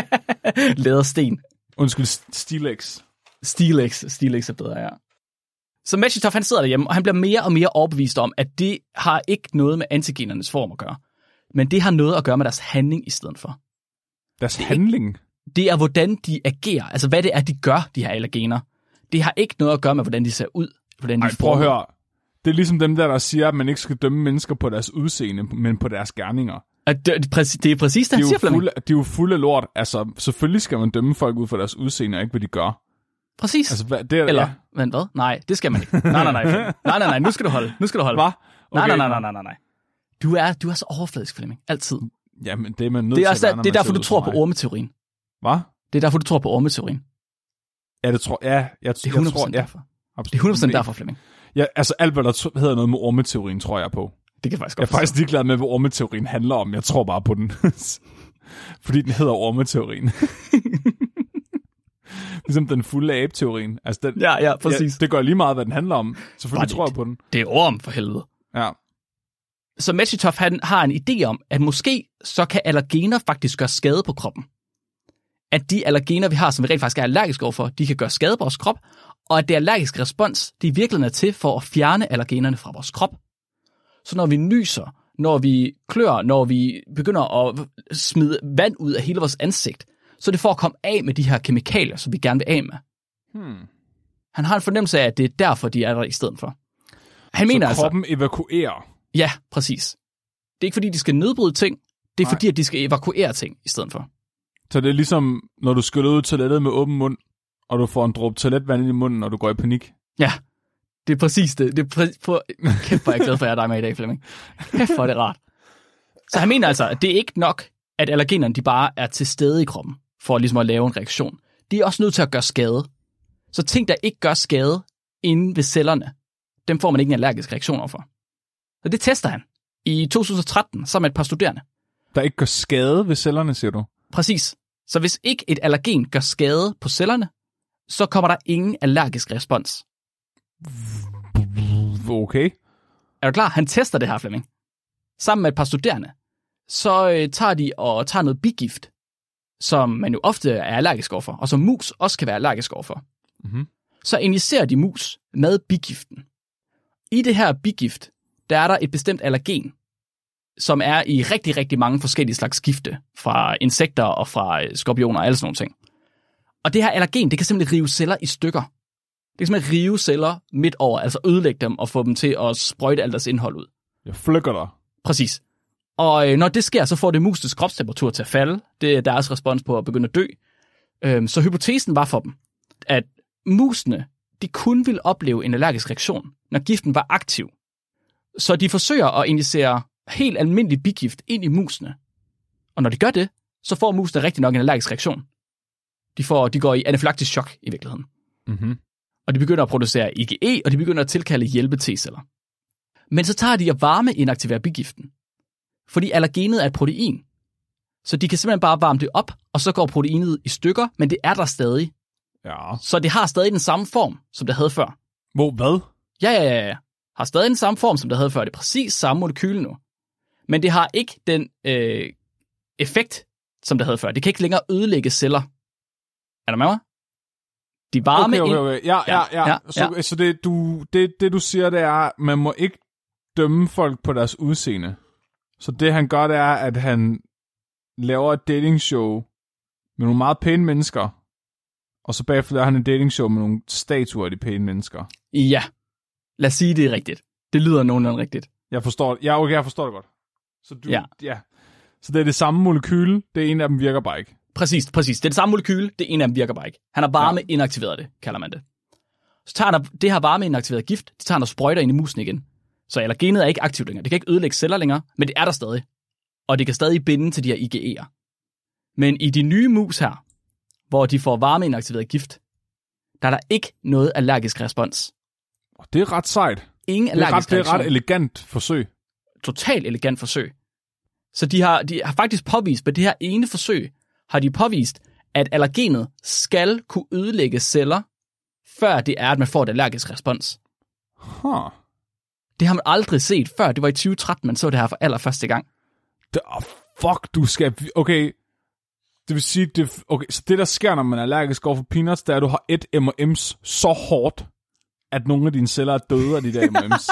Lædersten. Undskyld, Stilex. Stilex, Stilex er bedre, ja. Så Medvedev, han sidder derhjemme, og han bliver mere og mere overbevist om, at det har ikke noget med antigenernes form at gøre. Men det har noget at gøre med deres handling i stedet for. Deres det handling? Ikke, det er, hvordan de agerer. Altså, hvad det er, de gør, de her allergener. Det har ikke noget at gøre med, hvordan de ser ud. Hvordan de Ej, prøv at høre. Det er ligesom dem der, der siger, at man ikke skal dømme mennesker på deres udseende, men på deres gerninger. Det, det, det er præcis det, han siger, Flemming. De er jo fulde af lort. Altså, selvfølgelig skal man dømme folk ud for deres udseende, og ikke hvad de gør. Præcis. Altså, hvad, det er, Eller, ja. men hvad? Nej, det skal man ikke. Nej, nej, nej. Nej, nej, nej, nu skal du holde. Nu skal du holde. Hvad? Okay. Nej, nej, nej, nej, nej, nej. Du er, du er så overfladisk, Flemming. Altid. Jamen, det er man nødt det er til at være, Det er derfor, du tror på ormeteorien. Hvad? Det er derfor, du tror på ormeteorien. Ja, det tror jeg. Ja, det er hundrede procent jeg, derfor. Ja, det er hundrede procent derfor, Flemming. Ja, altså alt, hvad der hedder noget med ormeteorien, tror jeg på. Det kan faktisk godt. Jeg er faktisk ligeglad med, hvad ormeteorien handler om. Jeg tror bare på den. Fordi den hedder ormeteorien. Ligesom den fulde abe-teorien. Altså den, Ja, ja, præcis. Ja, det gør lige meget, hvad den handler om. Selvfølgelig Bare tror det. jeg på den. Det er orm for helvede. Ja. Så Mechitov, han har en idé om, at måske så kan allergener faktisk gøre skade på kroppen. At de allergener, vi har, som vi rent faktisk er allergiske overfor, de kan gøre skade på vores krop, og at det allergiske respons, det i virkeligheden er til for at fjerne allergenerne fra vores krop. Så når vi nyser, når vi klør, når vi begynder at smide vand ud af hele vores ansigt, så er det for at komme af med de her kemikalier, som vi gerne vil af med. Hmm. Han har en fornemmelse af, at det er derfor, de er der i stedet for. Han Så mener kroppen altså, evakuerer? Ja, præcis. Det er ikke fordi, de skal nedbryde ting, det er Nej. fordi, at de skal evakuere ting i stedet for. Så det er ligesom, når du skyller ud toilettet med åben mund, og du får en dråbe toiletvand ind i munden, og du går i panik? Ja, det er præcis det. det er præ- på... Kæft, hvor er jeg glad for, at jeg er dig med i dag, Flemming. Kæft, hvor er det rart. Så han mener altså, at det er ikke nok, at allergenerne de bare er til stede i kroppen, for ligesom at lave en reaktion. De er også nødt til at gøre skade. Så ting, der ikke gør skade inde ved cellerne, dem får man ikke en allergisk reaktion overfor. Så det tester han i to tusind og tretten sammen med et par studerende. Der ikke gør skade ved cellerne, siger du? Præcis. Så hvis ikke et allergen gør skade på cellerne, så kommer der ingen allergisk respons. Okay. Er du klar? Han tester det her, Flemming. Sammen med et par studerende. Så øh, tager de og tager noget bigift, som man jo ofte er allergisk overfor, og som mus også kan være allergisk overfor. Mm-hmm. Så injicerer de mus med bigiften. I det her bigift, der er der et bestemt allergen, som er i rigtig, rigtig mange forskellige slags gifte, fra insekter og fra skorpioner og alle sådan nogle ting. Og det her allergen, det kan simpelthen rive celler i stykker. Det kan simpelthen rive celler midt over, altså ødelægge dem og få dem til at sprøjte alt deres indhold ud. Jeg flykker dig. Præcis. Og øh, når det sker, så får det musens kropstemperatur til at falde. Det er deres respons på at begynde at dø. Øhm, så hypotesen var for dem, at musene, de kun ville opleve en allergisk reaktion, når giften var aktiv. Så de forsøger at injicere helt almindelig bigift ind i musene. Og når de gør det, så får musene rigtig nok en allergisk reaktion. De, får, de går i anafylaktisk chok i virkeligheden. Mm-hmm. Og de begynder at producere I G E, og de begynder at tilkalde hjælpe-T-celler. Men så tager de at varme inaktivere bigiften. Fordi allergenet er et protein. Så de kan simpelthen bare varme det op, og så går proteinet i stykker, men det er der stadig. Ja. Så det har stadig den samme form, som det havde før. Hvor, hvad? Ja, ja, ja, ja. Har stadig den samme form, som det havde før. Det er præcis samme molekyl nu. Men det har ikke den øh, effekt, som det havde før. Det kan ikke længere ødelægge celler. Er du med mig? De varme okay, okay, okay. Ja, ja, ja. ja, så, ja. så det, du, det, det du siger, det er, man må ikke dømme folk på deres udseende. Så det han gør, det er, at han laver et datingshow med nogle meget pæne mennesker, og så bagefter laver han et datingshow med nogle statuer af de pæne mennesker. Ja. Lad os sige, det er rigtigt. Det lyder nogenlunde rigtigt. Jeg forstår, ja, okay, jeg forstår det godt. Så, du, ja. Ja. Så det er det samme molekyle, det ene af dem virker bare ikke. Præcis, præcis. Det er det samme molekyle, det ene af dem virker bare ikke. Han har varme ja. inaktiveret det, kalder man det. Så tager han det her varme inaktiveret gift, det tager han og sprøjter ind i musen igen. Så allergenet er ikke aktivt længere. Det kan ikke ødelægge celler længere, men det er der stadig. Og det kan stadig binde til de her I G E'er. Men i de nye mus her, hvor de får varme inaktiveret gift, der er der ikke noget allergisk respons. Det er ret sejt. Ingen allergisk det er ret, reaktion. Det er ret elegant forsøg. Totalt elegant forsøg. Så de har, de har faktisk påvist, med det her ene forsøg, har de påvist, at allergenet skal kunne ødelægge celler, før det er, at man får et allergisk respons. Huh. Det har man aldrig set før. Det var i tyve tretten, man så det her for allerførste gang. Det, oh, fuck, du skal... Okay, det vil sige... Det, okay, så det, der sker, når man er allergisk over for peanuts, det er, at du har et M og M's så hårdt, at nogle af dine celler er døde af de der M og M's.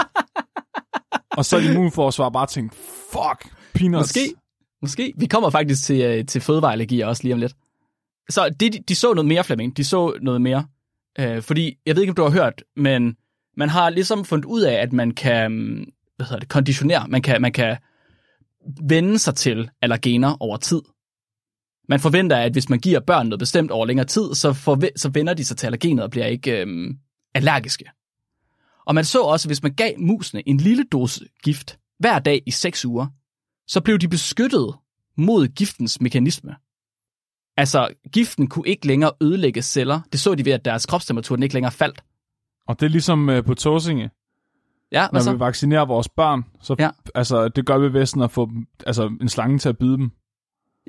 Og så er immunforsvar bare tænkt, fuck, peanuts. Måske. Måske. Vi kommer faktisk til, til fødevareallergier også lige om lidt. Så de, de så noget mere, Flemming. De så noget mere. Øh, fordi, jeg ved ikke, om du har hørt, men man har ligesom fundet ud af, at man kan, hvad hedder det, konditionere. Man kan, man kan vende sig til allergener over tid. Man forventer, at hvis man giver børn noget bestemt over længere tid, så, forve- så vender de sig til allergenet og bliver ikke øhm, allergiske. Og man så også, at hvis man gav musene en lille dose gift hver dag i seks uger, så blev de beskyttet mod giftens mekanisme. Altså, giften kunne ikke længere ødelægge celler. Det så de ved, at deres kropstemperatur ikke længere faldt. Og det er ligesom uh, på Tåsinge. Ja, når så? vi vaccinerer vores børn, så ja. altså, det gør vi ved sådan at få altså, en slange til at bide dem. Ja,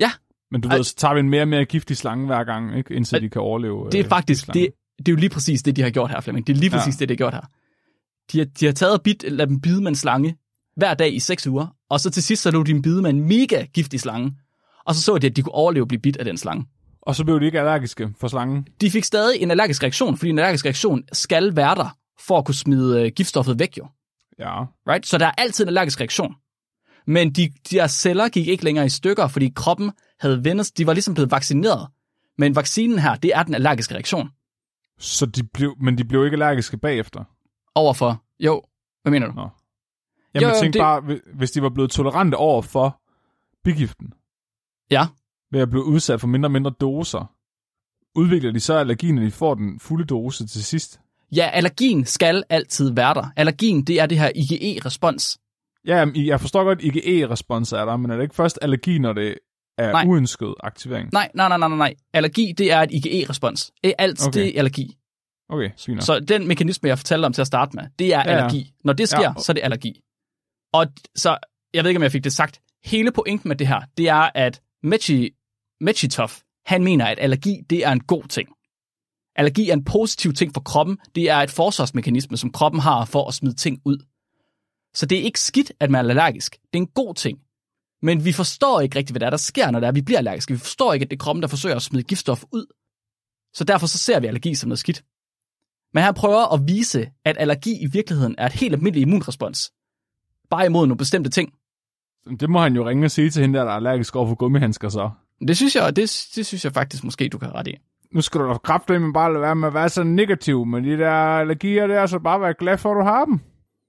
Men du ved, så tager vi en mere og mere giftig slange hver gang, ikke? Indtil Ej, de kan overleve. Det er faktisk, det, det er jo lige præcis det, de har gjort her, Flemming. Det er lige præcis ja. det, de har gjort her. De har, de har taget og bid, ladet dem bide med en slange hver dag i seks uger, og så til sidst så lå de dem bide med en mega giftig slange, og så så de, at de kunne overleve at blive bidt af den slange. Og så blev de ikke allergiske for slangen? De fik stadig en allergisk reaktion, fordi en allergisk reaktion skal være der, for at kunne smide giftstoffet væk, jo. Ja. Right? Så der er altid en allergisk reaktion. Men de, de her celler gik ikke længere i stykker, fordi kroppen havde vendt, de var ligesom blevet vaccineret. Men vaccinen her, det er den allergiske reaktion. Så de blev, men de blev ikke allergiske bagefter? Overfor? Jo. Hvad mener du? Nå. Jamen, jo, jo, jeg tænkte det... bare, hvis de var blevet tolerante over for bigiften, ja. ved at blive udsat for mindre og mindre doser, udvikler de så allergien, når de får den fulde dose til sidst? Ja, allergien skal altid være der. Allergien, det er det her I G E-respons. Ja, jeg forstår godt, at I G E-respons er der, men er det ikke først allergi, når det er nej. uønsket aktivering? Nej, nej, nej, nej, nej. Allergi, det er et I G E-respons. Alt, okay. det er allergi. Okay, sviner. Så den mekanisme, jeg fortalte om til at starte med, det er ja, allergi. Ja. Når det sker, ja. så er det allergi. Og så, jeg ved ikke, om jeg fik det sagt, hele pointen med det her, det er, at Mechi, Mechitov, han mener, at allergi, det er en god ting. Allergi er en positiv ting for kroppen. Det er et forsvarsmekanisme, som kroppen har for at smide ting ud. Så det er ikke skidt, at man er allergisk. Det er en god ting. Men vi forstår ikke rigtigt, hvad der, er, der sker, når det er, vi bliver allergiske. Vi forstår ikke, at det er kroppen, der forsøger at smide giftstof ud. Så derfor så ser vi allergi som noget skidt. Men han prøver at vise, at allergi i virkeligheden er et helt almindeligt immunrespons. Bare imod nogle bestemte ting. Det må han jo ringe og sige til hende, der er allergisk over for gummihandsker så. Det synes jeg, det, det synes jeg faktisk måske, du kan rette i. Nu skal du da kraftedeme bare lade være med at være så negativ, men de der allergier der, så bare være glad for, at du har dem.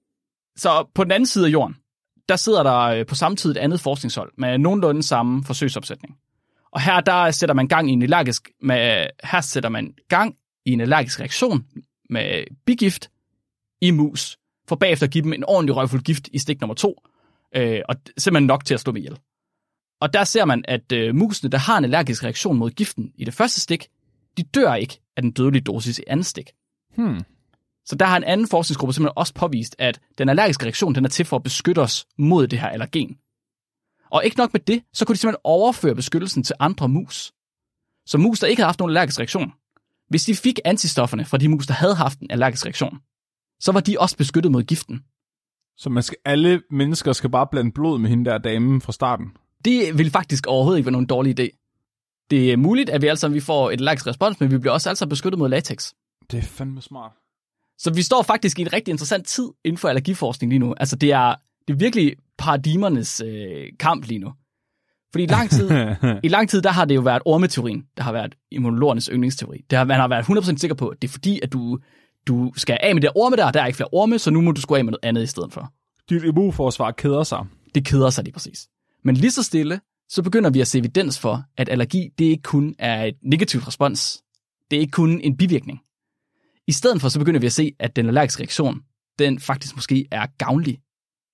Så på den anden side af jorden, der sidder der på samme tid et andet forskningshold med nogenlunde samme forsøgsopsætning. Og her der sætter man gang i en allergisk med her sætter man gang i en allergisk reaktion med bigift i mus, for bagefter at give dem en ordentlig røgfuld gift i stik nummer to, øh, og simpelthen nok til at slå dem ihjel. Og der ser man, at øh, musene, der har en allergisk reaktion mod giften i det første stik, de dør ikke af den dødelige dosis i andet stik. Hmm. Så der har en anden forskningsgruppe simpelthen også påvist, at den allergiske reaktion, den er til for at beskytte os mod det her allergen. Og ikke nok med det, så kunne de simpelthen overføre beskyttelsen til andre mus. Så mus, der ikke havde haft nogen allergisk reaktion, hvis de fik antistofferne fra de mus, der havde haft en allergisk reaktion, så var de også beskyttet mod giften. Så man skal, alle mennesker skal bare blande blod med hende der dame fra starten? Det vil faktisk overhovedet ikke være nogen dårlig idé. Det er muligt, at vi altså vi får et allergisk respons, men vi bliver også altså beskyttet mod latex. Det er fandme smart. Så vi står faktisk i en rigtig interessant tid inden for allergiforskning lige nu. Altså det er, det er virkelig paradigmernes øh, kamp lige nu. Fordi i lang tid, i lang tid, der har det jo været ormeteorien, der har været immunologernes yndlingsteori. Det har, man har været hundrede procent sikker på, at det er fordi, at du, du skal af med det orme der, der er ikke flere orme, så nu må du sgu af med noget andet i stedet for. Dit immunforsvar keder sig. Det keder sig lige præcis. Men lige så stille, så begynder vi at se evidens for, at allergi, det ikke kun er et negativt respons. Det er ikke kun en bivirkning. I stedet for, så begynder vi at se, at den allergiske reaktion, den faktisk måske er gavnlig.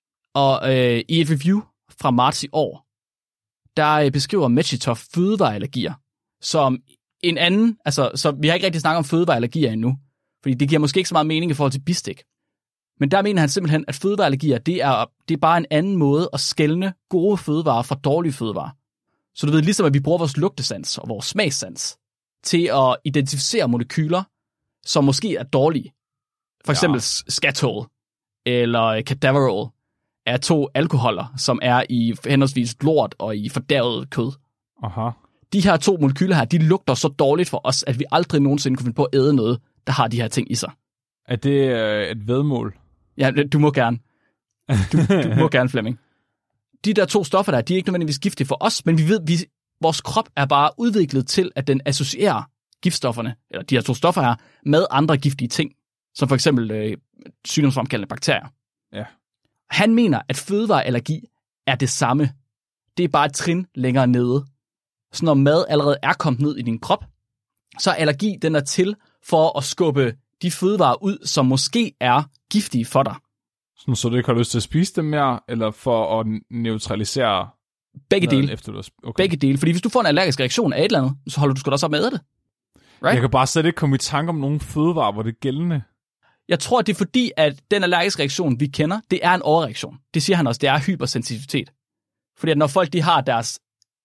Og øh, i et review fra marts i år, der beskriver Mechitov fødevareallergier som en anden, altså, så vi har ikke rigtig snakket om fødevareallergier endnu, fordi det giver måske ikke så meget mening i forhold til bistik. Men der mener han simpelthen, at fødevareallergier, det er, det er bare en anden måde at skelne gode fødevarer fra dårlige fødevarer. Så du ved, ligesom at vi bruger vores lugtesans og vores smagssans til at identificere molekyler, som måske er dårlige. For eksempel ja. Skatol eller cadaverol er to alkoholer, som er i henholdsvis lort og i fordærvet kød. Aha. De her to molekyler her, de lugter så dårligt for os, at vi aldrig nogensinde kunne finde på at æde noget, der har de her ting i sig. Er det øh, et væddemål? Ja, du må gerne. Du, du må gerne, Flemming. De der to stoffer der, de er ikke nødvendigvis giftige for os, men vi ved, vi, vores krop er bare udviklet til, at den associerer giftstofferne, eller de her to stoffer her, med andre giftige ting, som for eksempel øh, sygdomsfremkaldende bakterier. Ja. Han mener, at fødevareallergi er det samme. Det er bare et trin længere nede. Så når mad allerede er kommet ned i din krop, så er allergi, den er til for at skubbe de fødevarer ud, som måske er giftige for dig. Sådan, så du ikke har lyst til at spise dem mere, eller for at neutralisere begge dele. Efter du okay. Begge dele, fordi hvis du får en allergisk reaktion af et eller andet, så holder du sgu da også op med at æde det. Right? Jeg kan bare slet ikke komme i tanke om nogen fødevarer, hvor det er gældende. Jeg tror, det er fordi, at den allergiske reaktion, vi kender, det er en overreaktion. Det siger han også, det er hypersensitivitet. Fordi at når folk de har deres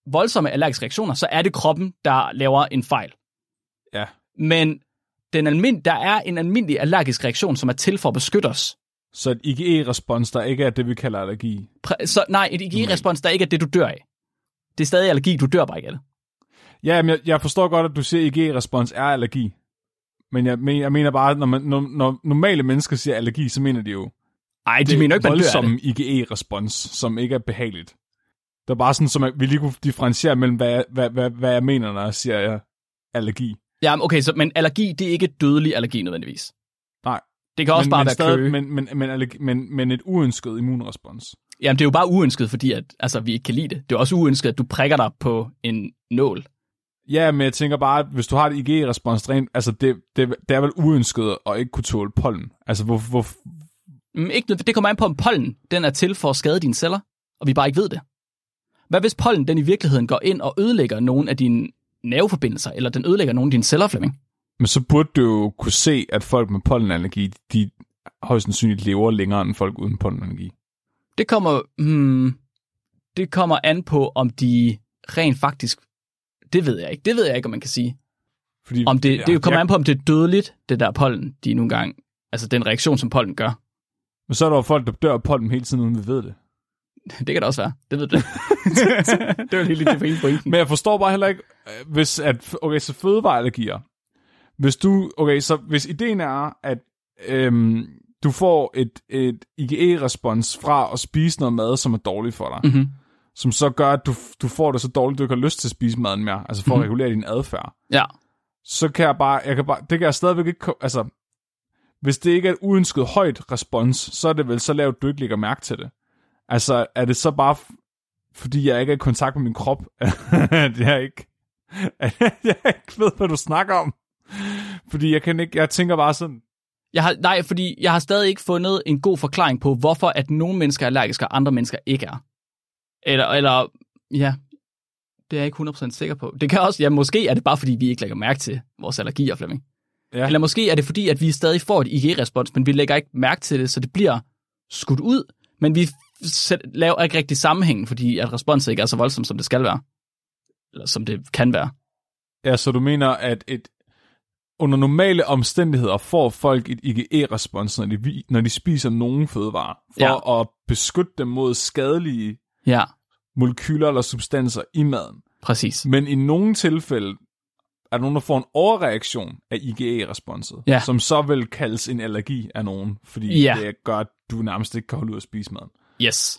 voldsomme allergiske reaktioner, så er det kroppen, der laver en fejl. Ja. Men den almind- der er en almindelig allergisk reaktion, som er til for at beskytte os. Så et I G E-respons, der ikke er det, vi kalder allergi? Præ- så, nej, et I G E-respons, der ikke er det, du dør af. Det er stadig allergi, du dør bare ikke af det. Ja, men jeg, jeg forstår godt, at du siger, at I G E-respons er allergi. Men jeg, men jeg mener bare, når, man, når, når normale mennesker siger allergi, så mener de jo... Ej, de mener ikke, man dør af det. Voldsomme I G E-respons, som ikke er behageligt. Det er bare sådan, så vi lige kunne differentiere mellem, hvad jeg, hvad, hvad, hvad jeg mener, når jeg siger jeg, allergi. Ja, okay, så, men allergi, det er ikke dødelig allergi nødvendigvis. Nej. Det kan også men, bare men være stadig, køge. Men, men, men, allergi, men, men et uønsket immunrespons. Jamen, det er jo bare uønsket, fordi at, altså, vi ikke kan lide det. Det er også uønsket, at du prikker dig på en nål. Ja, men jeg tænker bare, at hvis du har et I G E-respons, altså det, det, det er vel uønsket at ikke kunne tåle pollen. Altså, hvor... hvor... Mm, ikke, det kommer an på, om pollen den er til for at skade dine celler, og vi bare ikke ved det. Hvad hvis pollen den i virkeligheden går ind og ødelægger nogle af dine nerveforbindelser, eller den ødelægger nogle af dine celler, Flemming? Men så burde du jo kunne se, at folk med pollenallergi, de højst sandsynligt lever længere end folk uden pollenallergi. Det kommer, hmm, det kommer an på, om de rent faktisk... Det ved jeg ikke. Det ved jeg ikke, om man kan sige. Fordi, om det, ja, det kommer jeg... an på, om det er dødeligt, det der pollen, de nogle gange... Altså den reaktion, som pollen gør. Men så er der jo folk, der dør af pollen hele tiden, uden vi ved det. Det kan det også være. Det ved du. Det er jo helt lidt det for pointen. Men jeg forstår bare heller ikke, hvis at... Okay, så fødevareallergier. Hvis du... Okay, så hvis ideen er, at øhm, du får et, et I G E-respons fra at spise noget mad, som er dårligt for dig, mm-hmm. som så gør, at du, du får det så dårligt, du ikke har lyst til at spise maden mere, altså for mm-hmm. at regulere din adfærd. Ja. Så kan jeg bare... Jeg kan bare det kan jeg stadigvæk ikke... Altså... Hvis det ikke er et uønsket højt respons, så er det vel så lavt, du ikke lægger mærke til det. Altså, er det så bare, f- fordi jeg ikke er i kontakt med min krop, at jeg ikke, at jeg ikke ved, hvad du snakker om? Fordi jeg kan ikke, jeg tænker bare sådan... Jeg har, nej, fordi jeg har stadig ikke fundet en god forklaring på, hvorfor at nogle mennesker er allergiske, og andre mennesker ikke er. Eller, eller ja, det er jeg ikke hundrede procent sikker på. Det kan også, ja, måske er det bare, fordi vi ikke lægger mærke til vores allergier, Flemming. Ja. Eller måske er det fordi, at vi stadig får et I G E-respons, men vi lægger ikke mærke til det, så det bliver skudt ud, men vi laver ikke rigtig sammenhæng, fordi at responset ikke er så voldsomt, som det skal være. Eller som det kan være. Ja, så du mener, at et, under normale omstændigheder får folk et I G E-respons, når de, når de spiser nogle fødevarer, for ja. at beskytte dem mod skadelige ja. molekyler eller substanser i maden. Præcis. Men i nogle tilfælde er der nogen, der får en overreaktion af I G E-responset, ja. som så vil kaldes en allergi af nogen, fordi ja. det gør, at du nærmest ikke kan holde ud at spise maden. Yes.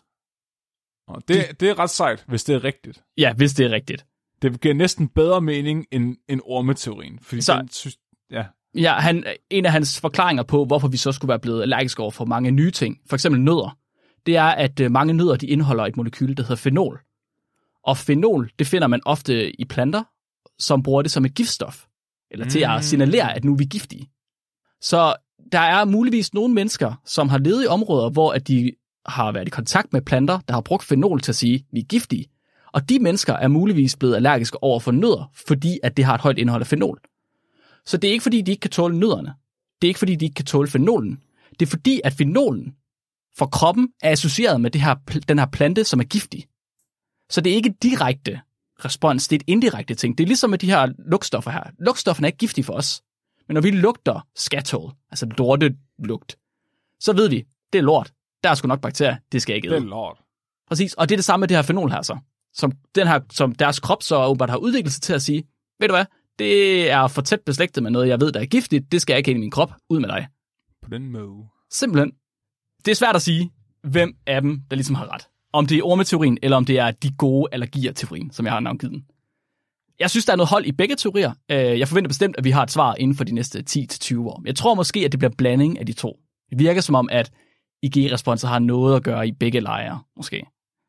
Og det, det er ret sejt, hvis det er rigtigt. Ja, hvis det er rigtigt. Det giver næsten bedre mening end, end ormeteorien. Fordi så, den, synes, ja. Ja, han, en af hans forklaringer på, hvorfor vi så skulle være blevet allergiske over for mange nye ting, for eksempel nødder, det er, at mange nødder de indeholder et molekyle, der hedder fenol. Og fenol, det finder man ofte i planter, som bruger det som et giftstof, eller til at signalere, at nu er vi giftige. Så der er muligvis nogle mennesker, som har levet i områder, hvor at de har været i kontakt med planter, der har brugt fenol til at sige, at vi er giftige. Og de mennesker er muligvis blevet allergiske over for nødder, fordi at det har et højt indhold af fenol. Så det er ikke fordi, de ikke kan tåle nødderne. Det er ikke fordi, de ikke kan tåle fenolen. Det er fordi, at fenolen for kroppen er associeret med det her, den her plante, som er giftig. Så det er ikke direkte respons, det er et indirekte ting. Det er ligesom med de her lugtstoffer her. Lugtstofferne er ikke giftige for os. Men når vi lugter skathul, altså lorte lugt, så ved vi, det er lort. Der er sgu nok bakterier, det skal jeg ikke æde. Det er lort. Præcis, og det er det samme med det her fenol her så. Som, den her, som deres krop så åbenbart har udviklet sig til at sige, ved du hvad, det er for tæt beslægtet med noget, jeg ved, der er giftigt, det skal jeg ikke ind i min krop, ud med dig. På den måde. Simpelthen. Det er svært at sige, hvem af dem, der ligesom har ret. Om det er ormeteorien, eller om det er de gode allergier-teorien, som jeg har navngivet den. Jeg synes, der er noget hold i begge teorier. Jeg forventer bestemt, at vi har et svar inden for de næste ti til tyve år. Jeg tror måske, at det bliver blanding af de to. Det virker som om, at I G E-responser har noget at gøre i begge lejre, måske.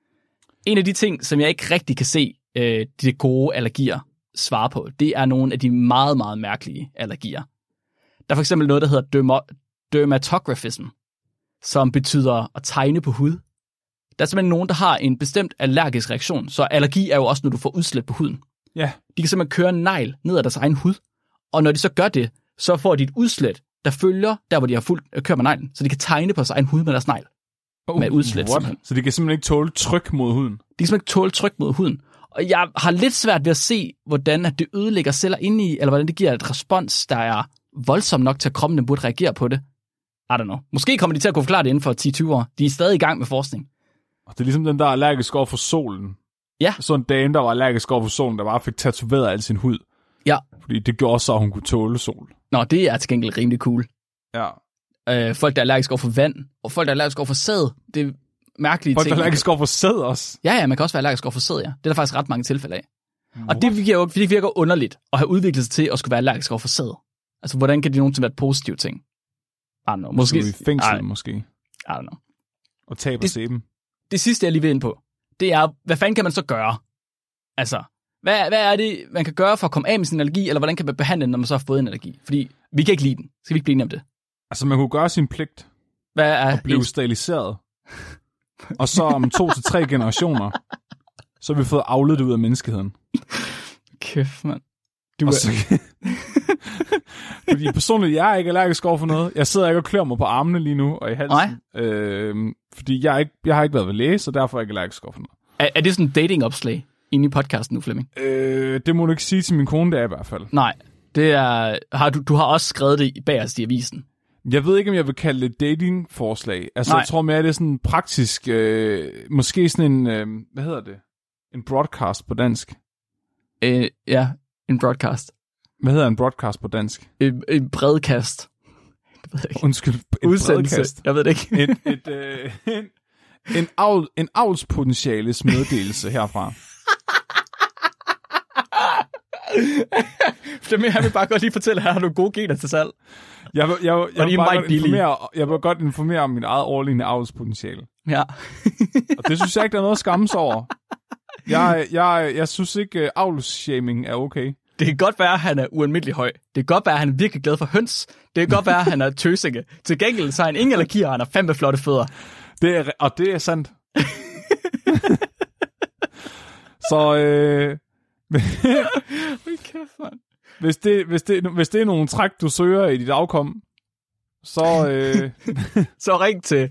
En af de ting, som jeg ikke rigtig kan se øh, de gode allergier svare på, det er nogle af de meget, meget mærkelige allergier. Der er for eksempel noget, der hedder dermo- dermatographism, som betyder at tegne på hud. Der er simpelthen nogen, der har en bestemt allergisk reaktion, så allergi er jo også, når du får udslæt på huden. Ja. De kan simpelthen køre en negl ned ad deres egen hud, og når de så gør det, så får de et udslæt, der følger der, hvor de har fuldt kørt med neglen, så de kan tegne på deres egen hud med deres negl. Oh, med udslæt. Så de kan simpelthen ikke tåle tryk mod huden? De kan simpelthen ikke tåle tryk mod huden. Og jeg har lidt svært ved at se, hvordan at det ødelægger celler inde i, eller hvordan det giver et respons, der er voldsomt nok til, at kroppen burde reagere på det. I don't know. Måske kommer de til at kunne forklare det inden for ti til tyve år. De er stadig i gang med forskning. Det er ligesom den, der er allergisk over for solen. Ja. Så en dame, der var allergisk over for solen, der bare fik tatoveret al sin hud. Ja. Fordi det gjorde så, at hun kunne tåle sol. Nå, det er til gengæld rimelig cool. Ja. Øh, folk, der er allergiske over for vand, og folk, der er allergiske over for sæd, det er mærkelige folk, ting. Folk, der er allergiske over for sæd også? Ja, ja, man kan også være allergisk over for sæd, ja. Det er der faktisk ret mange tilfælde af. What? Og det virker, det virker underligt at have udviklet sig til at skulle være allergisk over for sæd. Altså, hvordan kan det nogensinde være et positivt ting? I don't know. Måske. I fængsel, måske. I don't know. Og taber det, sæben. Det sidste, jeg lige vil ind på, det er, hvad fanden kan man så gøre? Altså, hvad, hvad er det, man kan gøre for at komme af med sin allergi, eller hvordan kan man behandle den, når man så har fået en allergi? Fordi vi kan ikke lide den. Skal vi ikke blive enige om det? Altså, man kunne gøre sin pligt. Hvad er og blive steriliseret. Og så om to til tre generationer, så har vi fået afledt det ud af menneskeheden. Kæft, mand. Du er... er... Så... Fordi personligt, jeg er ikke allergisk over for noget. Jeg sidder ikke og klør mig på armene lige nu, og i halsen. Øh, fordi jeg, ikke, jeg har ikke været ved læge, så derfor er jeg ikke allergisk over for noget. Er, er det sådan en dating-opslag inde i podcasten nu, Flemming? Øh, det må du ikke sige til min kone, det er i hvert fald. Nej, det er... Har du, du har også skrevet det bagerst i avisen. Jeg ved ikke, om jeg vil kalde det dating-forslag. Altså, Nej. Jeg tror mere, det er sådan praktisk... Øh, måske sådan en... Øh, hvad hedder det? En broadcast på dansk. Øh, ja, en broadcast. Hvad hedder en broadcast på dansk? En, en bredkast. Det ved jeg ikke. Undskyld, en udsendelse. Bredkast. Jeg ved det ikke. et, et, øh, en, en, avl, en avlspotentiales meddelelse herfra. Flemming, han vil bare godt lige fortælle, at her har du gode gener til salg. Jeg vil, jeg, jeg, jeg, vil bare godt informere, jeg vil godt informere om mit eget overliggende avlspotentiale. Ja. Og det synes jeg ikke, der er noget at skamme sig over. Jeg, jeg, jeg synes ikke, uh, avlsshaming er okay. Det kan godt være, at han er ualmindelig høj. Det kan godt være, at han er virkelig glad for høns. Det kan godt være, at han er tøsinge. Til gengæld så er han ingen allergier, og han har fandme flotte fødder. Det er, og det er sandt. Så øh, hvis, det, hvis, det, hvis det er nogle træk, du søger i dit afkom, så... Øh... så ring til...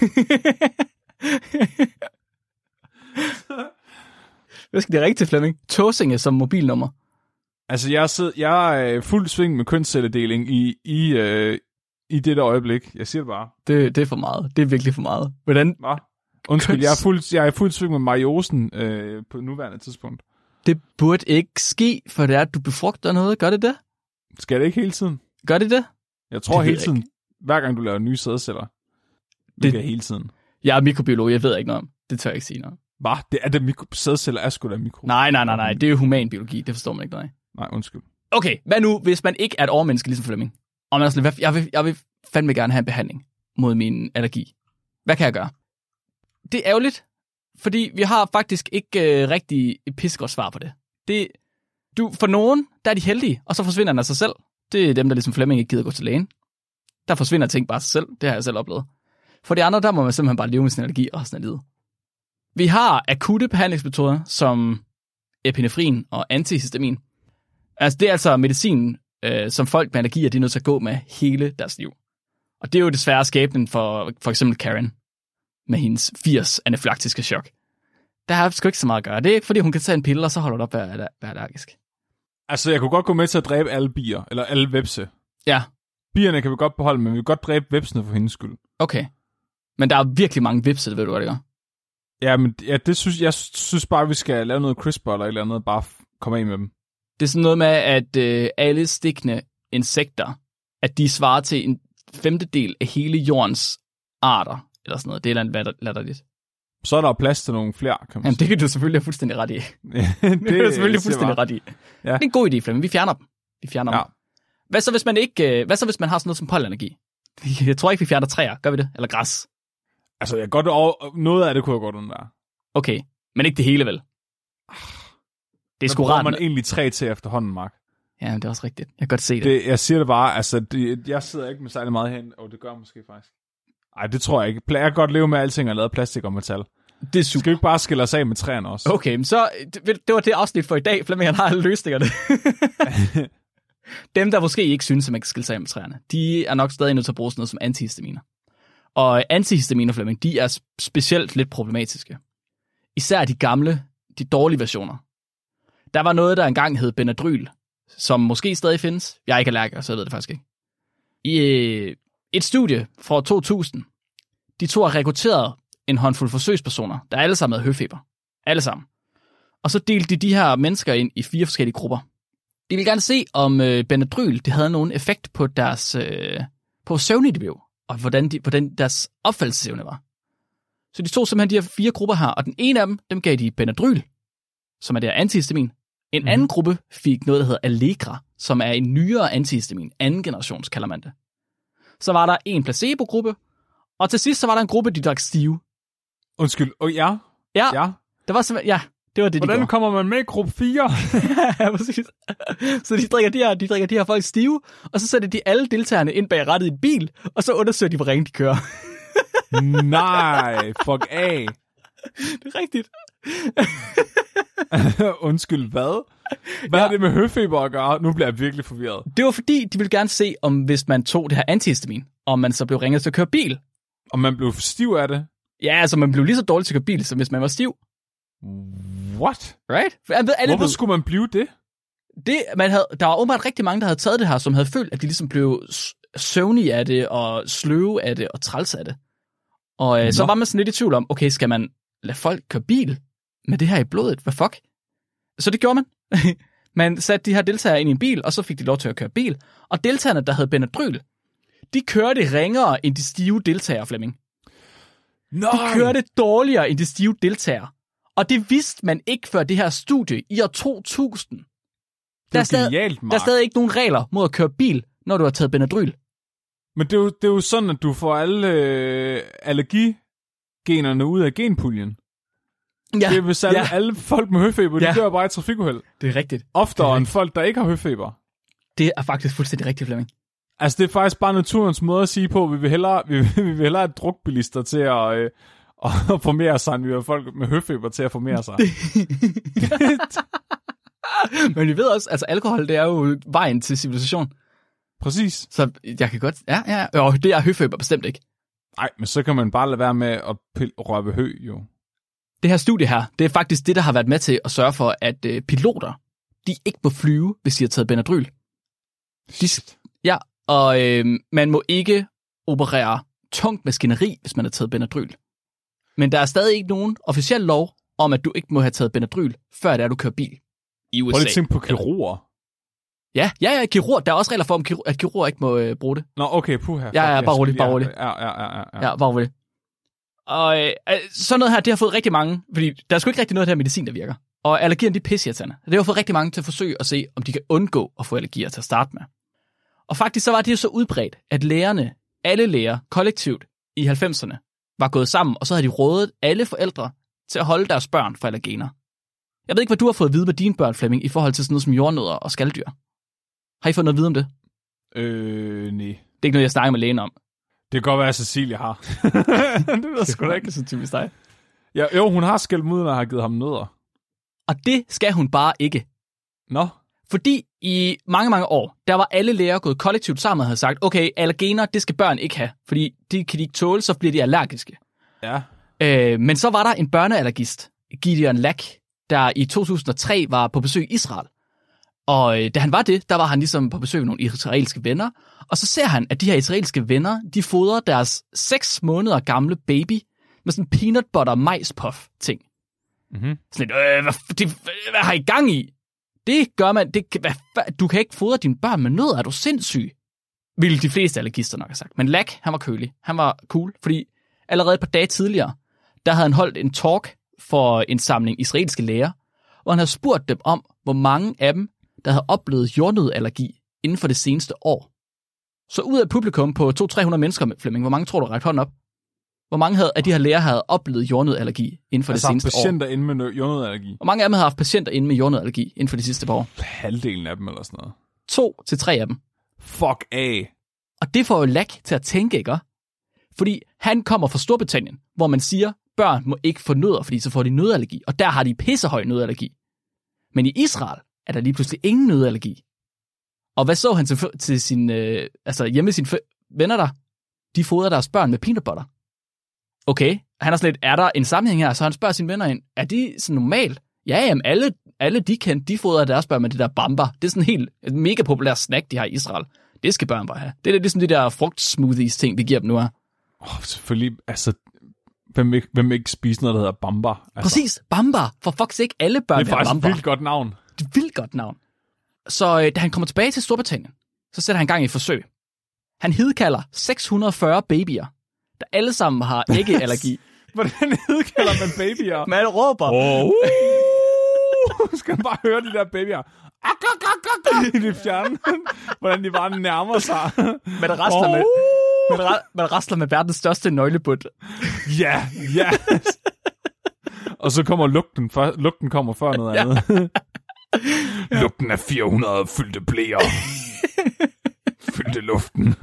Hvad skal det ringe til, Flemming? Tåsinge som mobilnummer. Altså, jeg er, sid, jeg er fuld sving med kønscelledeling i, i, øh, i dette øjeblik. Jeg siger det bare. Det, det er for meget. Det er virkelig for meget. Hvordan? Hva? Undskyld, Køns... jeg, er fuld, jeg er fuld sving med meiosen øh, på nuværende tidspunkt. Det burde ikke ske, for det er, at du befrugter noget. Gør det det? Skal det ikke hele tiden? Gør det det? Jeg tror det hele tiden, ikke. Hver gang du laver nye sædceller. Det, det gør hele tiden. Jeg er mikrobiolog, jeg ved ikke noget om. Det tør jeg ikke sige noget. Hvad? Det er det mikro... Sædceller er sgu da mikro. Nej, nej, nej, nej. Det er jo human biologi. Det forstår man ikke noget af. Nej, undskyld. Okay, hvad nu, hvis man ikke er et overmenneske, ligesom Flemming? Og man er sådan, jeg vil, jeg vil fandme gerne have en behandling mod min allergi. Hvad kan jeg gøre? Det er ærgerligt, fordi vi har faktisk ikke øh, rigtig et pissegodt svar på det. det du, for nogen, der er de heldige, og så forsvinder den af sig selv. Det er dem, der ligesom Flemming ikke gider gå til lægen. Der forsvinder ting bare sig selv. Det har jeg selv oplevet. For de andre, der må man simpelthen bare leve med sin allergi resten af livet. Vi har akutte behandlingsmetoder, som epinefrin og antihistamin. Altså, det er altså medicin, øh, som folk med allergier, de er nødt til at gå med hele deres liv. Og det er jo desværre skæbnen for for eksempel Karen, med hendes firs anafylaktiske chok. Der har sgu ikke så meget at gøre. Det er ikke, fordi hun kan tage en pille, og så holder du op med at være allergisk. Altså, jeg kunne godt gå med til at dræbe alle bier, eller alle vepse. Ja. Bierne kan vi godt beholde, men vi vil godt dræbe vepsene for hendes skyld. Okay. Men der er virkelig mange vepse, det ved du godt, ikke? Ja, men ja, det synes, jeg synes bare, vi skal lave noget CRISPR eller et eller andet, bare komme af med dem. Det er sådan noget med, at øh, alle stikkende insekter, at de svarer til en femtedel af hele jordens arter, eller sådan noget. Det er lidt latterligt. Så er der plads til nogle flere, kan man Jamen, det kan du selvfølgelig have fuldstændig ret i. det, det kan du selvfølgelig fuldstændig ret i. Ja. Det er en god idé, Flemming. Vi fjerner dem. Vi fjerner ja. dem. Hvad så, hvis man ikke, hvad så, hvis man har sådan noget som pollenallergi? Jeg tror ikke, vi fjerner træer. Gør vi det? Eller græs? Altså, jeg godt, noget af det kunne jeg godt undvære. Okay, men ikke det hele, vel? Det er sgu rart. man egentlig træ til efterhånden, Mark? Ja, det er også rigtigt. Jeg kan godt se det. det jeg siger det bare, altså, det, jeg sidder ikke med særlig meget hen, og det gør måske faktisk. Nej, det tror jeg ikke. Jeg kan godt leve med alting og lavet plastik og metal. Det er super. Skal vi ikke bare skille os af med træerne også? Okay, men så, det, det var det afsnit for i dag. Flemming, han har alle løsningerne. Dem, der måske ikke synes, at man kan skille sig af med træerne, de er nok stadig nødt til at bruge sådan noget som antihistaminer. Og antihistaminer, Flemming, de er specielt lidt problematiske. Især de gamle, de dårlige versioner. der var noget, der engang hed Benadryl, som måske stadig findes. Jeg er ikke allergiker, så jeg ved det faktisk ikke. I øh, et studie fra to tusind, de to har rekrutteret en håndfuld forsøgspersoner, der alle sammen havde høfeber. Alle sammen. Og så delte de de her mennesker ind i fire forskellige grupper. De ville gerne se, om øh, Benadryl det havde nogen effekt på deres øh, på søvnig de blev, og hvordan, de, hvordan deres opfattelsesevne var. Så de tog simpelthen de her fire grupper her, og den ene af dem, dem gav de Benadryl, som er der antihistamin. En mm. anden gruppe fik noget, der hedder Allegra, som er en nyere antihistamin, anden generations kalder man det. Så var der en placebo-gruppe, og til sidst så var der en gruppe, de drak stive. Undskyld, og oh, ja? Ja, ja. Det var simpelthen, ja, det var det, Hvordan de kommer man med i gruppe fire? Ja, præcis. Så de drikker de, her, de drikker de her folk stive, og så sætter de alle deltagerne ind bag rattet i en bil, og så undersøger de, hvor ringe de kører. Nej, fuck af. Det er rigtigt. Undskyld, hvad? Hvad ja. er det med høfeber at gøre? Nu bliver jeg virkelig forvirret. Det var fordi, de ville gerne se, om hvis man tog det her antihistamin, om man så blev ringet til at køre bil. Om man blev stiv af det? Ja, altså man blev lige så dårlig til at køre bil, som hvis man var stiv. What? Right? Alle Hvorfor ved, skulle man blive det? det man havde, der var åbenbart rigtig mange, der havde taget det her, som havde følt, at de ligesom blev søvnige af det, og sløve af det, og træls af det. Og øh, så var man sådan lidt i tvivl om, okay, skal man lade folk køre bil med det her i blodet? Hvad fuck? Så det gjorde man. Man satte de her deltagere ind i en bil, og så fik de lov til at køre bil. Og deltagerne, der havde Benadryl, de kørte ringere end de stive deltagere, Flemming. Nej. De kørte dårligere end de stive deltagere. Og det vidste man ikke før det her studie i år to tusind. Det er der, er genialt, stadig, der er stadig ikke nogen regler mod at køre bil, når du har taget Benadryl. Men det er, jo, det er jo sådan, at du får alle øh, allergigenerne ud af genpuljen. Ja, det er hvis alle, ja. alle folk med høfeber, de ja. dør bare i trafikuheld. Det er rigtigt. Oftere er rigtigt. end folk, der ikke har høfeber. Det er faktisk fuldstændig rigtigt, Flemming. Altså, det er faktisk bare naturens måde at sige på, at vi vil hellere, vi vil, vi vil hellere have drukbilister til at, øh, at formere sig, end vi har folk med høfeber til at formere sig. Men vi ved også, altså alkohol, det er jo vejen til civilisation. Præcis. Så jeg kan godt... Ja, ja. Jo, det er høfeber bestemt ikke. Nej, men så kan man bare lade være med at pil- røre ved hø, jo. Det her studie her, det er faktisk det, der har været med til at sørge for, at øh, piloter, de ikke må flyve, hvis de har taget Benadryl. De, ja, og øh, man må ikke operere tungt maskineri, hvis man har taget Benadryl. Men der er stadig ikke nogen officiel lov om, at du ikke må have taget Benadryl, før det er, du kører bil i U S A. Prøv lige at tænke på kirurger. Ja, ja, ja, kirurg. Der er også regler for, at kirurger ikke må øh, bruge det. Nå, okay, puha. Ja, ja, bare roligt, bare roligt. Ja, ja, ja, ja. Ja, bare roligt. Og øh, sådan noget her, det har fået rigtig mange, fordi der er sgu ikke rigtig noget af det her medicin, der virker. Og allergierne, de er pisseirriterende. Det har fået rigtig mange til at forsøge at se, om de kan undgå at få allergier til at starte med. Og faktisk så var det jo så udbredt, at lærerne, alle læger, kollektivt i halvfemserne, var gået sammen, og så havde de rådet alle forældre til at holde deres børn for allergener. Jeg ved ikke, hvad du har fået at vide med dine børn, Flemming, i forhold til sådan noget som jordnødder og skalddyr. Har I fået noget at vide om det? Øh, nej. Det er ikke noget, jeg snakker med lægen om. Det kan godt være, at Cecilie har. Det ved jeg sgu da ikke. Det er så typisk dig. Ja, jo, hun har skældt ud, og har givet ham nødder. Og det skal hun bare ikke. Nå. Fordi i mange, mange år, der var alle læger gået kollektivt sammen og havde sagt, okay, allergener, det skal børn ikke have, fordi de kan de ikke tåle, så bliver de allergiske. Ja. Øh, men så var der en børneallergist, Gideon Lack, der i to tusind og tre var på besøg i Israel. Og øh, da han var det, der var han ligesom på besøg med nogle israelske venner, og så ser han, at de her israelske venner, de fodrer deres seks måneder gamle baby med sådan en peanut butter majspuff ting. Mm-hmm. Sådan lidt, øh, hvad, det, hvad har I gang i? Det gør man, det, hvad, du kan ikke fodre dine børn med nødder, er du sindssyg? Ville de fleste allergister nok have sagt. Men Lack, han var kølig, han var cool, fordi allerede et par dage tidligere, der havde han holdt en talk for en samling israelske læger, hvor han havde spurgt dem om, hvor mange af dem, der havde oplevet jordnøddeallergi inden for det seneste år. Så ud af publikum på to til tre hundrede mennesker, Flemming, hvor mange tror du rækte hånden op? Hvor mange havde, af de her læger havde oplevet jordnøddeallergi inden for altså det seneste år? patienter inde med jordnøddeallergi? Hvor mange af dem havde haft patienter inde med jordnøddeallergi inden for de sidste par år? Halvdelen af dem eller sådan noget. To til tre af dem. Fuck af. Og det får jo Lack til at tænke, ikke? Fordi han kommer fra Storbritannien, hvor man siger, børn må ikke få nødder, fordi så får de nøddeallergi. Og der har de pissehøj nøddeallergi. Men i Israel er der lige pludselig ingen nøddeallergi. Og hvad så han til, til sin, øh, altså hjemme med sine venner der? De fodrer deres børn med peanut butter. Okay, han er sådan lidt, er der en sammenhæng her? Så han spørger sine venner ind, er de sådan normalt? Ja, jamen alle alle de kendte, de fodrer deres børn med det der bamba. Det er sådan en helt en mega populær snack, de har i Israel. Det skal børn bare have. Det er ligesom de der frugtsmoothies ting, vi giver dem nu her. Åh, oh, selvfølgelig, altså, hvem ikke, hvem ikke spiser noget, der hedder bamba? Altså. Præcis, bamba. For fuck's sake, alle børn Det er faktisk bamba. et vildt godt navn. Det er et vildt godt navn. Så øh, da han kommer tilbage til Storbritannien, så sætter han gang i et forsøg. Han hidkalder seks hundrede og fyrre babyer, der alle sammen har æggeallergi. Hvordan hidkalder man babyer? Man råber. Oh, uh, skal man bare høre de der babyer i det fjerne, hvordan de bare nærmer sig. Man rasler, oh. med, man, ra- man rasler med verdens største nøglebund. Ja, ja. Og så kommer lugten, for, lugten kommer før noget andet. Ja. Lugten af fire hundrede fyldte blæer. Fyldte luften.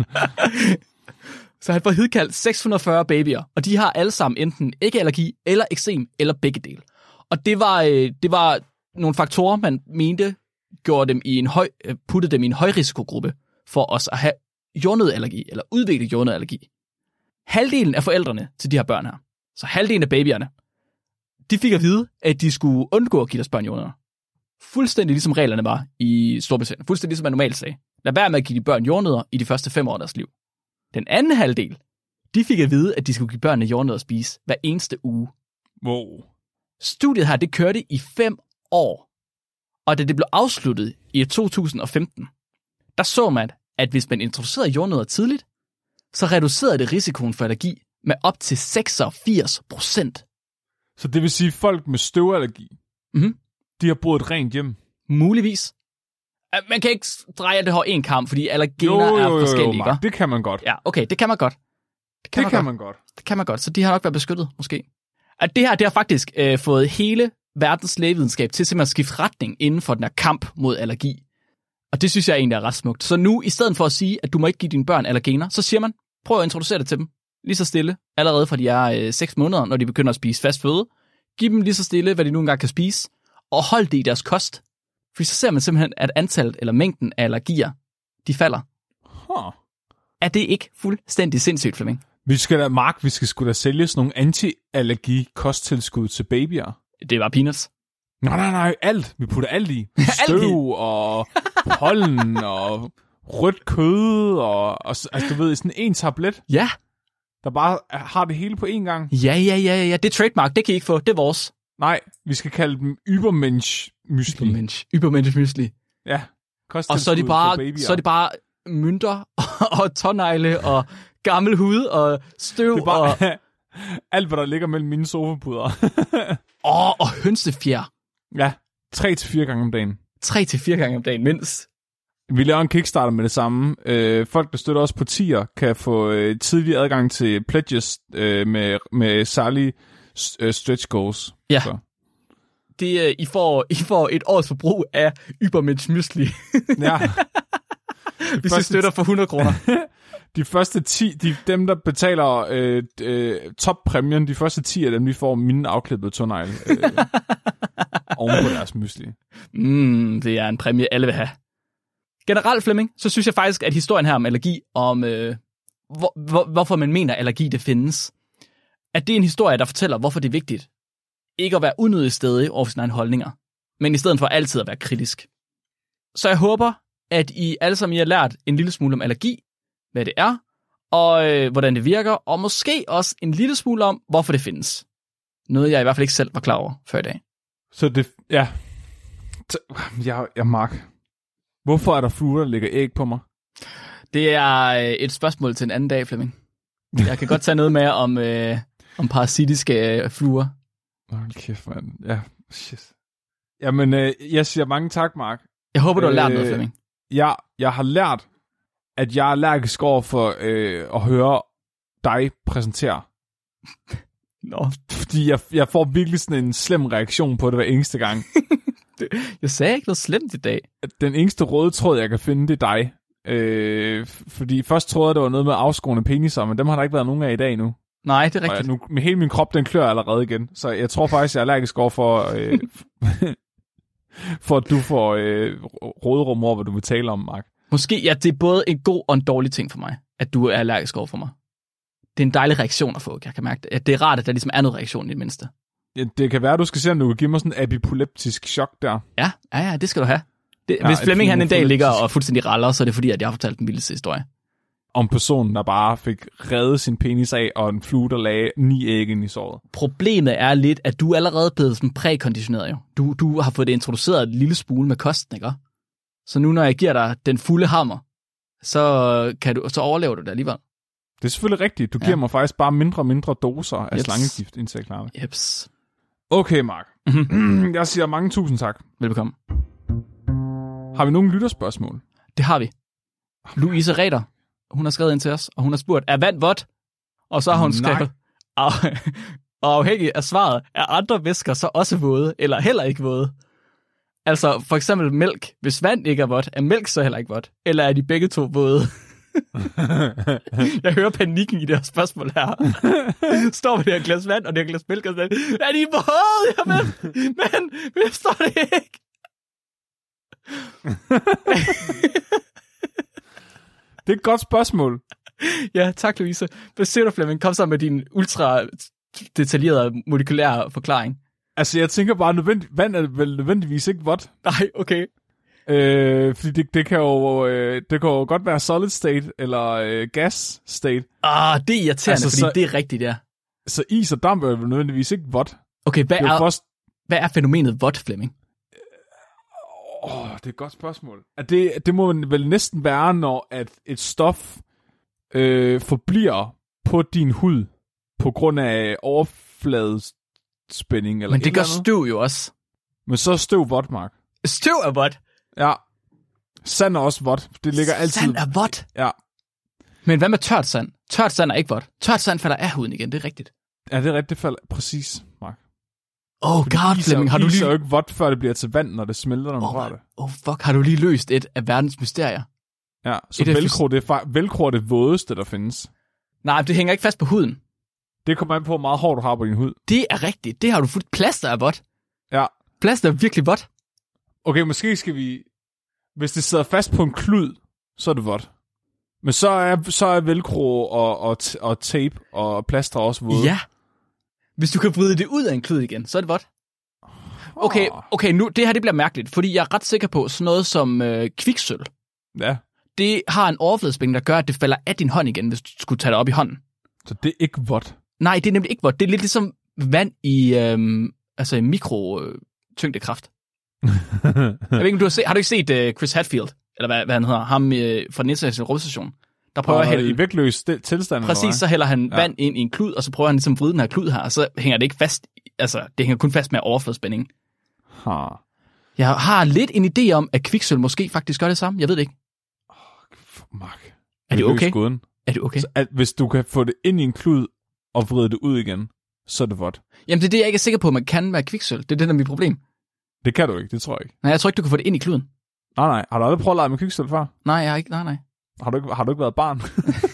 Så han får hidkaldt seks hundrede og fyrre babyer, og de har alle sammen enten æggeallergi eller eksem eller begge dele. Og det var, øh, det var nogle faktorer, man mente gjorde dem i en høj, puttede dem i en højrisikogruppe for os at have jordnøddeallergi eller udvikle jordnøddeallergi. Halvdelen af forældrene til de her børn her, så halvdelen af babyerne, de fik at vide, at de skulle undgå at give deres børn jordnødder. Fuldstændig ligesom reglerne var i Storbritannien. Fuldstændig ligesom man normalt sagde. Lad være med at give de børn jordnødder i de første fem år af deres liv. Den anden halvdel, de fik at vide, at de skulle give børnene jordnødder at spise hver eneste uge. Wow. Studiet her, det kørte i fem år. Og da det blev afsluttet i to tusind og femten, der så man, at hvis man introducerede jordnødder tidligt, så reducerede det risikoen for allergi med op til seksogfirs procent. Så det vil sige, at folk med støvallergi, mm-hmm. de har boet et rent hjem? Muligvis. Man kan ikke dreje det her en kamp, fordi allergener jo, jo, jo, er forskellige. Jo, Mark, det kan man godt. Ja, okay, det kan man godt. Det kan, det man, kan godt. man godt. Det kan man godt, så de har nok været beskyttet, måske. At det her, det har faktisk øh, fået hele verdens lægevidenskab til simpelthen at skifte retning inden for den her kamp mod allergi. Og det synes jeg egentlig er ret smukt. Så nu, i stedet for at sige, at du må ikke give dine børn allergener, så siger man, prøv at introducere det til dem. Lige så stille, allerede fra de er øh, seks måneder, når de begynder at spise fast føde. Giv dem lige så stille, hvad de nu engang kan spise, og hold det i deres kost. For så ser man simpelthen, at antallet eller mængden af allergier, de falder. Huh. Er det ikke fuldstændig sindssygt, Flemming? Vi skal da, Mark, vi skal sgu da sælge sådan nogle anti-allergi-kosttilskud til babyer. Det var peanuts. Nej, nej, nej, alt. Vi putter alt i. Støv og pollen og rødt kød og, og altså, du ved, sådan en tablet. Ja. Der bare har det hele på én gang. Ja, ja, ja, ja. Det er trademark. Det kan I ikke få. Det er vores. Nej, vi skal kalde dem Übermensch Müsli. Übermensch. Übermensch Müsli. Ja. Og så er de bare, så er de bare mønter og tånegle og gammel hud og støv. Det er bare og... alt, hvad der ligger mellem mine sofapuder. Åh, oh, og hønsefjer. Ja, tre til fire gange om dagen. Tre til fire gange om dagen, mindst. Vi laver en Kickstarter med det samme. Øh, folk, der støtter os på tier, kan få øh, tidlig adgang til pledges øh, med, med særlige øh, stretch goals. Ja. Så. Det, øh, I, får, I får et års forbrug af Übermensch Müsli. Ja. Hvis I støtter for hundrede kroner. De første ti, de, dem der betaler øh, øh, toppræmien, de første ti af dem, de får mine afklippede tånegle øh, oven på deres mysli. Mm, det er en præmie, alle vil have. Generelt, Flemming, så synes jeg faktisk, at historien her om allergi, om øh, hvor, hvor, hvorfor man mener, at allergi det findes, at det er en historie, der fortæller, hvorfor det er vigtigt ikke at være unødigt stedig over sine egne holdninger, men i stedet for altid at være kritisk. Så jeg håber, at I alle sammen I har lært en lille smule om allergi, hvad det er, og øh, hvordan det virker, og måske også en lille smule om, hvorfor det findes. Noget, jeg i hvert fald ikke selv var klar over før i dag. Så det, ja, jeg, jeg Mark, hvorfor er der fluer, der lægger æg på mig? Det er øh, et spørgsmål til en anden dag, Flemming. Jeg kan godt tage noget med om, øh, om parasitiske øh, fluer. Hold kæft, mand. Ja, shit. Jamen, øh, jeg siger mange tak, Mark. Jeg håber, du har lært noget, Flemming. Jeg, jeg har lært, at jeg er allergisk over for øh, at høre dig præsentere. Nå. Fordi jeg, jeg får virkelig sådan en slem reaktion på det hver eneste gang. Jeg sagde ikke noget slemt i dag. Den eneste røde tråd, jeg kan finde, det er dig. Øh, fordi først troede jeg, det var noget med afskårende peniser, men dem har der ikke været nogen af i dag nu. Nej, det er rigtigt. Og nu, med hele min krop, den klør allerede igen. Så jeg tror faktisk, jeg er allergisk over for, øh, for at du får øh, råderum over, hvad du vil tale om, Mark. Måske, ja, det er både en god og en dårlig ting for mig, at du er allergisk over for mig. Det er en dejlig reaktion at få, jeg kan mærke det. Det er rart, at der ligesom er noget reaktion i det mindste. Ja, det kan være, du skal se, om du kan give mig sådan en epileptisk chok der. Ja, ja, ja, det skal du have. Det, Ja, hvis Flemming han en dag ligger epileptisk. og fuldstændig raller, så er det fordi, at jeg har fortalt den vildeste historie. Om personen, der bare fik reddet sin penis af, og en flue, der lagde ni æg ind i såret. Problemet er lidt, at du er allerede blevet sådan prækonditioneret jo. Du, du har fået det introduceret en lille smule med kosten, ikke? Så nu, når jeg giver dig den fulde hammer, så, kan du, så overlever du det alligevel. Det er selvfølgelig rigtigt. Du Ja. giver mig faktisk bare mindre og mindre doser af Jeps. slangegift, indtil jeg klarer det. Jeps. Okay, Mark. Mhm. Jeg siger mange tusind tak. Velbekomme. Har vi nogle lytterspørgsmål? Det har vi. Louise Reder, hun har skrevet ind til os, og hun har spurgt, er vand vådt? Og så har hun Nej. skrevet, og og afhængig af svaret, er andre væsker så også våde, eller heller ikke våde? Altså for eksempel mælk. Hvis vand ikke er vådt, er mælk så heller ikke vådt? Eller er de begge to våde? Jeg hører panikken i det her spørgsmål her. Står med det her glas vand og det her glas mælk, og så er de våde? Jamen, men vi forstår det ikke. Det er et godt spørgsmål. Ja, tak Louise. Hvad siger du, Flemming? Kom så med din ultra detaljerede molekylære forklaring. Altså, jeg tænker bare, nødvendig, vand er vel nødvendigvis ikke vådt. Nej, okay. Øh, fordi det, det, kan jo, øh, det kan jo godt være solid state, eller øh, gas state. Ah, det er irriterende, Altså, altså, fordi så- det er rigtigt, ja. Så is og damp er vel nødvendigvis ikke vådt. Okay, hvad Det er jo er, først... hvad er fænomenet vådt, Flemming? Åh, oh, det er et godt spørgsmål. At det, det må vel næsten være, når at et stof øh, forbliver på din hud på grund af overfladespænding. Eller Men det et gør eller andet. støv jo også. Men så er støv vådt, Mark. Støv er vådt. Ja. Sand er også vådt. Det ligger altid... Sand er vådt. Ja. Men hvad med tørt sand? Tørt sand er ikke vådt. Tørt sand falder af huden igen, det er rigtigt. Ja, det er rigtigt. Det falder præcis, Mark. Oh god, Is er, Flemming, har du is er lige... jo ikke vådt, før det bliver til vand, når det smelter, når man Oh, rører det. oh fuck, har du lige løst et af verdens mysterier? Ja, så Et af velcro, det er, fa- velcro er det vådeste, der findes. Nej, det hænger ikke fast på huden. Det kommer an på, hvor meget hår du har på din hud. Det er rigtigt. Det har du fuldt. Plaster er vådt. Ja. Plaster er virkelig vådt. Okay, måske skal vi... Hvis det sidder fast på en klud, så er det vådt. Men så er, så er velcro og, og, t- og tape og plaster også våde. Ja. Hvis du kan vride det ud af en klud igen, så er det vådt. Okay, okay, nu, det her det bliver mærkeligt, fordi jeg er ret sikker på, sådan noget som øh, kviksølv, Ja, det har en overfladespænding, der gør, at det falder af din hånd igen, hvis du skulle tage det op i hånden. så det er ikke vådt. Nej, det er nemlig ikke vådt. Det er lidt ligesom vand i, øhm, altså i mikro-tyngdekraft. Jeg ved ikke, om du har, set, har du ikke set uh, Chris Hadfield, eller hvad, hvad han hedder, ham øh, fra den internationale rumstation, der prøver Og at hælde... i vægtløs stil- tilstand. eller Præcis, så hælder han Ja. ja. vand ind i en klud, og så prøver han ligesom at vride den her klud her, og så hænger det ikke fast, altså det hænger kun fast med overfladespænding. hvad? Ha. Jeg har lidt en idé om, at kviksølv måske faktisk gør det samme. Jeg ved det ikke. Mark. Er det Løs okay? Gåden. Er det okay? Så at hvis du kan få det ind i en klud og vride det ud igen, så er det vådt. Jamen det er det, jeg ikke er sikker på, at man kan med kviksølv. Det er det, der er mit problem. Det kan du ikke, det tror jeg ikke. Nej, jeg tror ikke, du kan få det ind i kluden. Nej, nej. Har du aldrig prøvet at lege med kviksølv før? Nej, jeg har ikke. Nej, nej. Har du ikke, har du ikke været barn?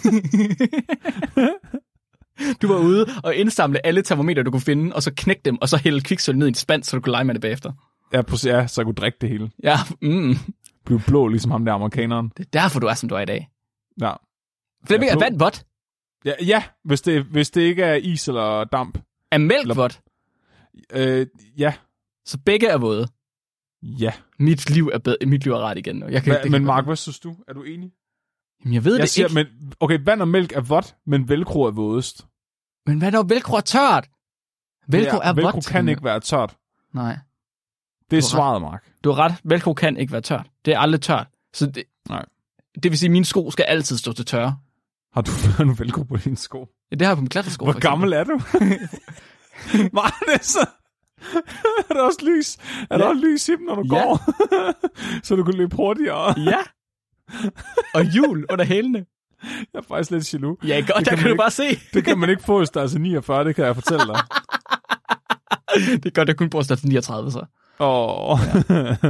Du var ude og indsamle alle termometer, du kunne finde, og så knække dem, og så hælde kviksølv ned i et spand, så du kunne lege med det bagefter. Ja, præcis, ja, så jeg kunne drikke det hele. Ja, mm. Blive blå, ligesom ham der amerikaneren. Det er derfor, du er, som du er i dag. Ja. Flemming, Ja, er blå. vand vådt? Ja, ja hvis, det, hvis det ikke er is eller damp. Er mælk Eller- vådt? Øh, ja. Så begge er våde. Ja. Mit liv er bedre. Mit liv er ret igen nu. Jeg kan, Hva, det kan men godt- Mark, hvad synes du? Er du enig? Jamen, jeg ved Jeg det siger, ikke. men okay, vand og mælk er vådt, men velcro er vådest. Men hvad er der velcro er tørt? Velcro er, er velcro vådt. kan ikke være tørt. Nej, Det er Du har svaret, Mark. du har ret. Velcro kan ikke være tørt. Det er aldrig tørt. Så det, Nej. det vil sige, at mine sko skal altid stå til tørre. Har du, har du velcro på dine sko? Ja, det har jeg på min klatresko. Hvor for eksempel. gammel er du? Mark, det er så... er der også lys? Er ja. der Ja. også lys i dem, når du Ja. går? Så du kan løbe hurtigere. Ja. Og hjul under hælene. Jeg er faktisk lidt jaloux. Ja, godt, Det der kan kan, man du ikke- bare se. Det kan man ikke få, hvis der er så niogfyrre, det kan jeg fortælle dig. Det er godt, jeg kun bruger størrelse niogtredive, så. Åh. Ja.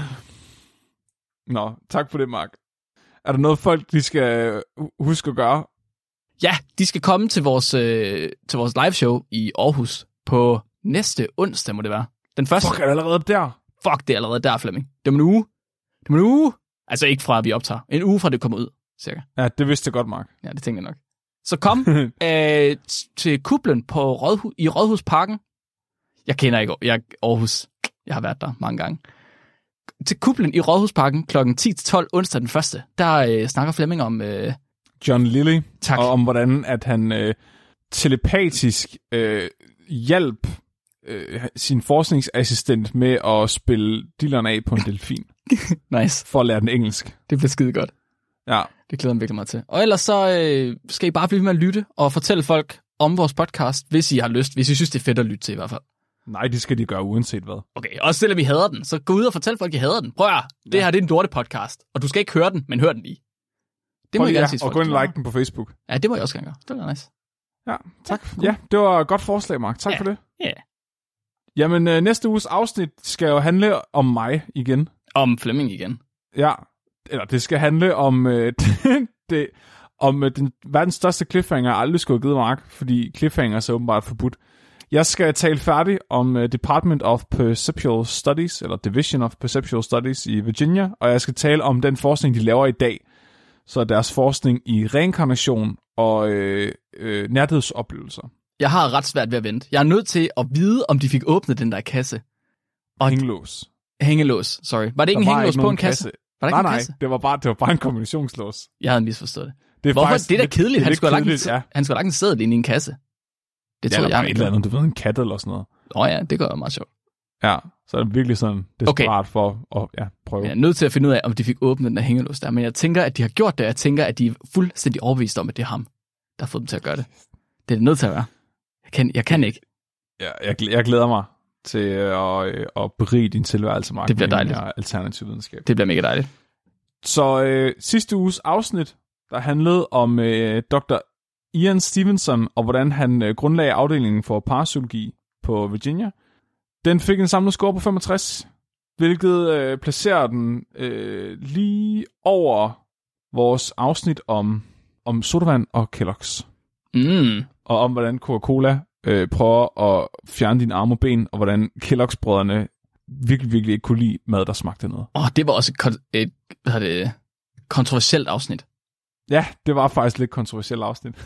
Nå, tak for det, Mark. Er der noget, folk de skal huske at gøre? Ja, de skal komme til vores, øh, til vores liveshow i Aarhus på næste onsdag, må det være. Den første. Fuck, er det allerede der? Fuck, det er allerede der, Flemming. Det er om en uge. Det er om en uge. Altså ikke fra, at vi optager. En uge fra, det kommer ud, cirka. Ja, det vidste jeg godt, Mark. Ja, det tænker jeg nok. Så kom øh, t- til Kublen på Rådhu- i Rådhusparken. Jeg kender ikke jeg, Aarhus. Jeg har været der mange gange. Til Kuplen i Rådhusparken klokken ti til tolv onsdag den første, der øh, snakker Flemming om... Øh... John Lilly. Tak. Og om hvordan at han øh, telepatisk øh, hjalp øh, sin forskningsassistent med at spille dilleren af på en delfin. Nice. For at lære den engelsk. Det bliver skide godt. Ja. Det glæder mig virkelig meget til. Og ellers så øh, skal I bare blive med at lytte og fortælle folk om vores podcast, hvis I har lyst. Hvis I synes, det er fedt at lytte til i hvert fald. Nej, det skal de gøre uanset hvad. Okay, også selvom I hader den, så gå ud og fortæl folk, I hader den. Prøv at det ja. her det er en lorte podcast, og du skal ikke høre den, men hør den lige. Det må Prøv, I gerne ja, sige og gå ind og like den på Facebook. Ja, det må jeg også gerne gøre. Det var nice. Ja, tak. Ja, cool. Ja, det var et godt forslag, Mark. Tak ja. for det. Ja. Jamen, øh, næste uges afsnit skal jo handle om mig igen. Om Flemming igen. Ja, eller det skal handle om, øh, det, om øh, den verdens største cliffhanger, jeg aldrig skulle have givet Mark, fordi cliffhanger er så åbenbart forbudt. Jeg skal tale færdig om uh, Department of Perceptual Studies, eller Division of Perceptual Studies i Virginia, og jeg skal tale om den forskning, de laver i dag. Så deres forskning i reinkarnation og øh, øh, nærhedsoplevelser. Jeg har ret svært ved at vente. Jeg er nødt til at vide, om de fik åbnet den der kasse. Og hængelås. Hængelås, sorry. Var det ikke der en hængelås på en kasse? kasse? Var nej, ikke nej, en kasse? det var bare, det var bare en kombinationslås. Jeg havde misforstået det. Det er Hvorfor? faktisk Det er da kedeligt. Det er han, skulle kedeligt, en, ja. han skulle have lagt en seddel ind i en kasse. Det ja, tror jeg, et eller andet, du ved, en kat eller sådan noget. Åh oh, ja, det gør jeg meget sjovt. Ja, så er det virkelig sådan desperat okay. for at ja, prøve. Jeg er nødt til at finde ud af, om de fik åbnet den der hængelås der, men jeg tænker, at de har gjort det, jeg tænker, at de er fuldstændig overbevist om, at det er ham, der har fået dem til at gøre det. Det er det nødt til at være. Jeg kan, jeg kan ikke. Ja, jeg, jeg glæder mig til at, at berige din tilværelse, Mark. Det bliver dejligt. Alternativ videnskab. Det bliver mega dejligt. Så øh, sidste uges afsnit, der handlede om øh, doktor Ian Stevenson, og hvordan han øh, grundlagde afdelingen for parapsykologi på Virginia. Den fik en samlet score på femogtres, hvilket øh, placerer den øh, lige over vores afsnit om, om sodavand og Kellogg's. Mm. Og om, hvordan Coca-Cola øh, prøver at fjerne dine arme og ben, og hvordan Kellogg's-brødrene virkelig, virkelig ikke kunne lide mad, der smagte noget. Åh, oh, det var også et, kon- et hvad hedder det, kontroversielt afsnit. Ja, det var faktisk lidt kontroversielt afsnit.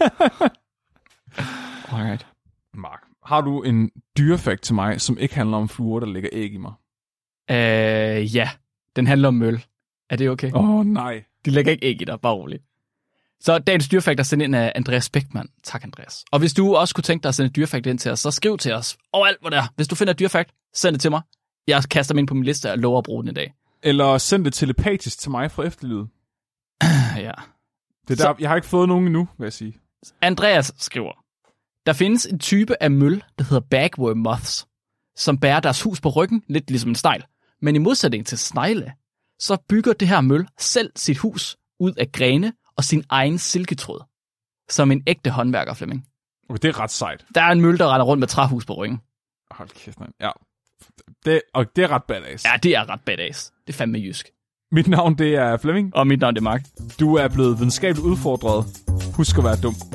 Alright. Mark, har du en dyrefakt til mig, som ikke handler om fluer, der lægger æg i mig? Øh, ja. Den handler om møl. Er det okay? Åh, oh, nej. De lægger ikke æg i dig, bare roligt. Så dagens dyrefakt er sendt ind af Andreas Bækman. Tak, Andreas. Og hvis du også kunne tænke dig at sende et dyrefakt ind til os, så skriv til os overalt, hvor det er. Hvis du finder et dyrefakt, send det til mig. Jeg kaster dem ind på min liste og lover at bruge den i dag. Eller send det telepatisk til mig fra efterlivet. Ja. Det der, så, jeg har ikke fået nogen endnu, vil jeg sige. Andreas skriver, der findes en type af møl, der hedder bagworm moths, som bærer deres hus på ryggen, lidt ligesom en snegl. Men i modsætning til snegle, så bygger det her møl selv sit hus ud af grene og sin egen silketråd. Som en ægte håndværker, Flemming. Okay, det er ret sejt. Der er en møl, der render rundt med træhus på ryggen. Hold kæft, man. Ja. Det, og det er ret badass. Ja, det er ret badass. Det er fandme jysk. Mit navn, det er Flemming. Og mit navn, det er Mark. Du er blevet videnskabeligt udfordret. Husk at være dum.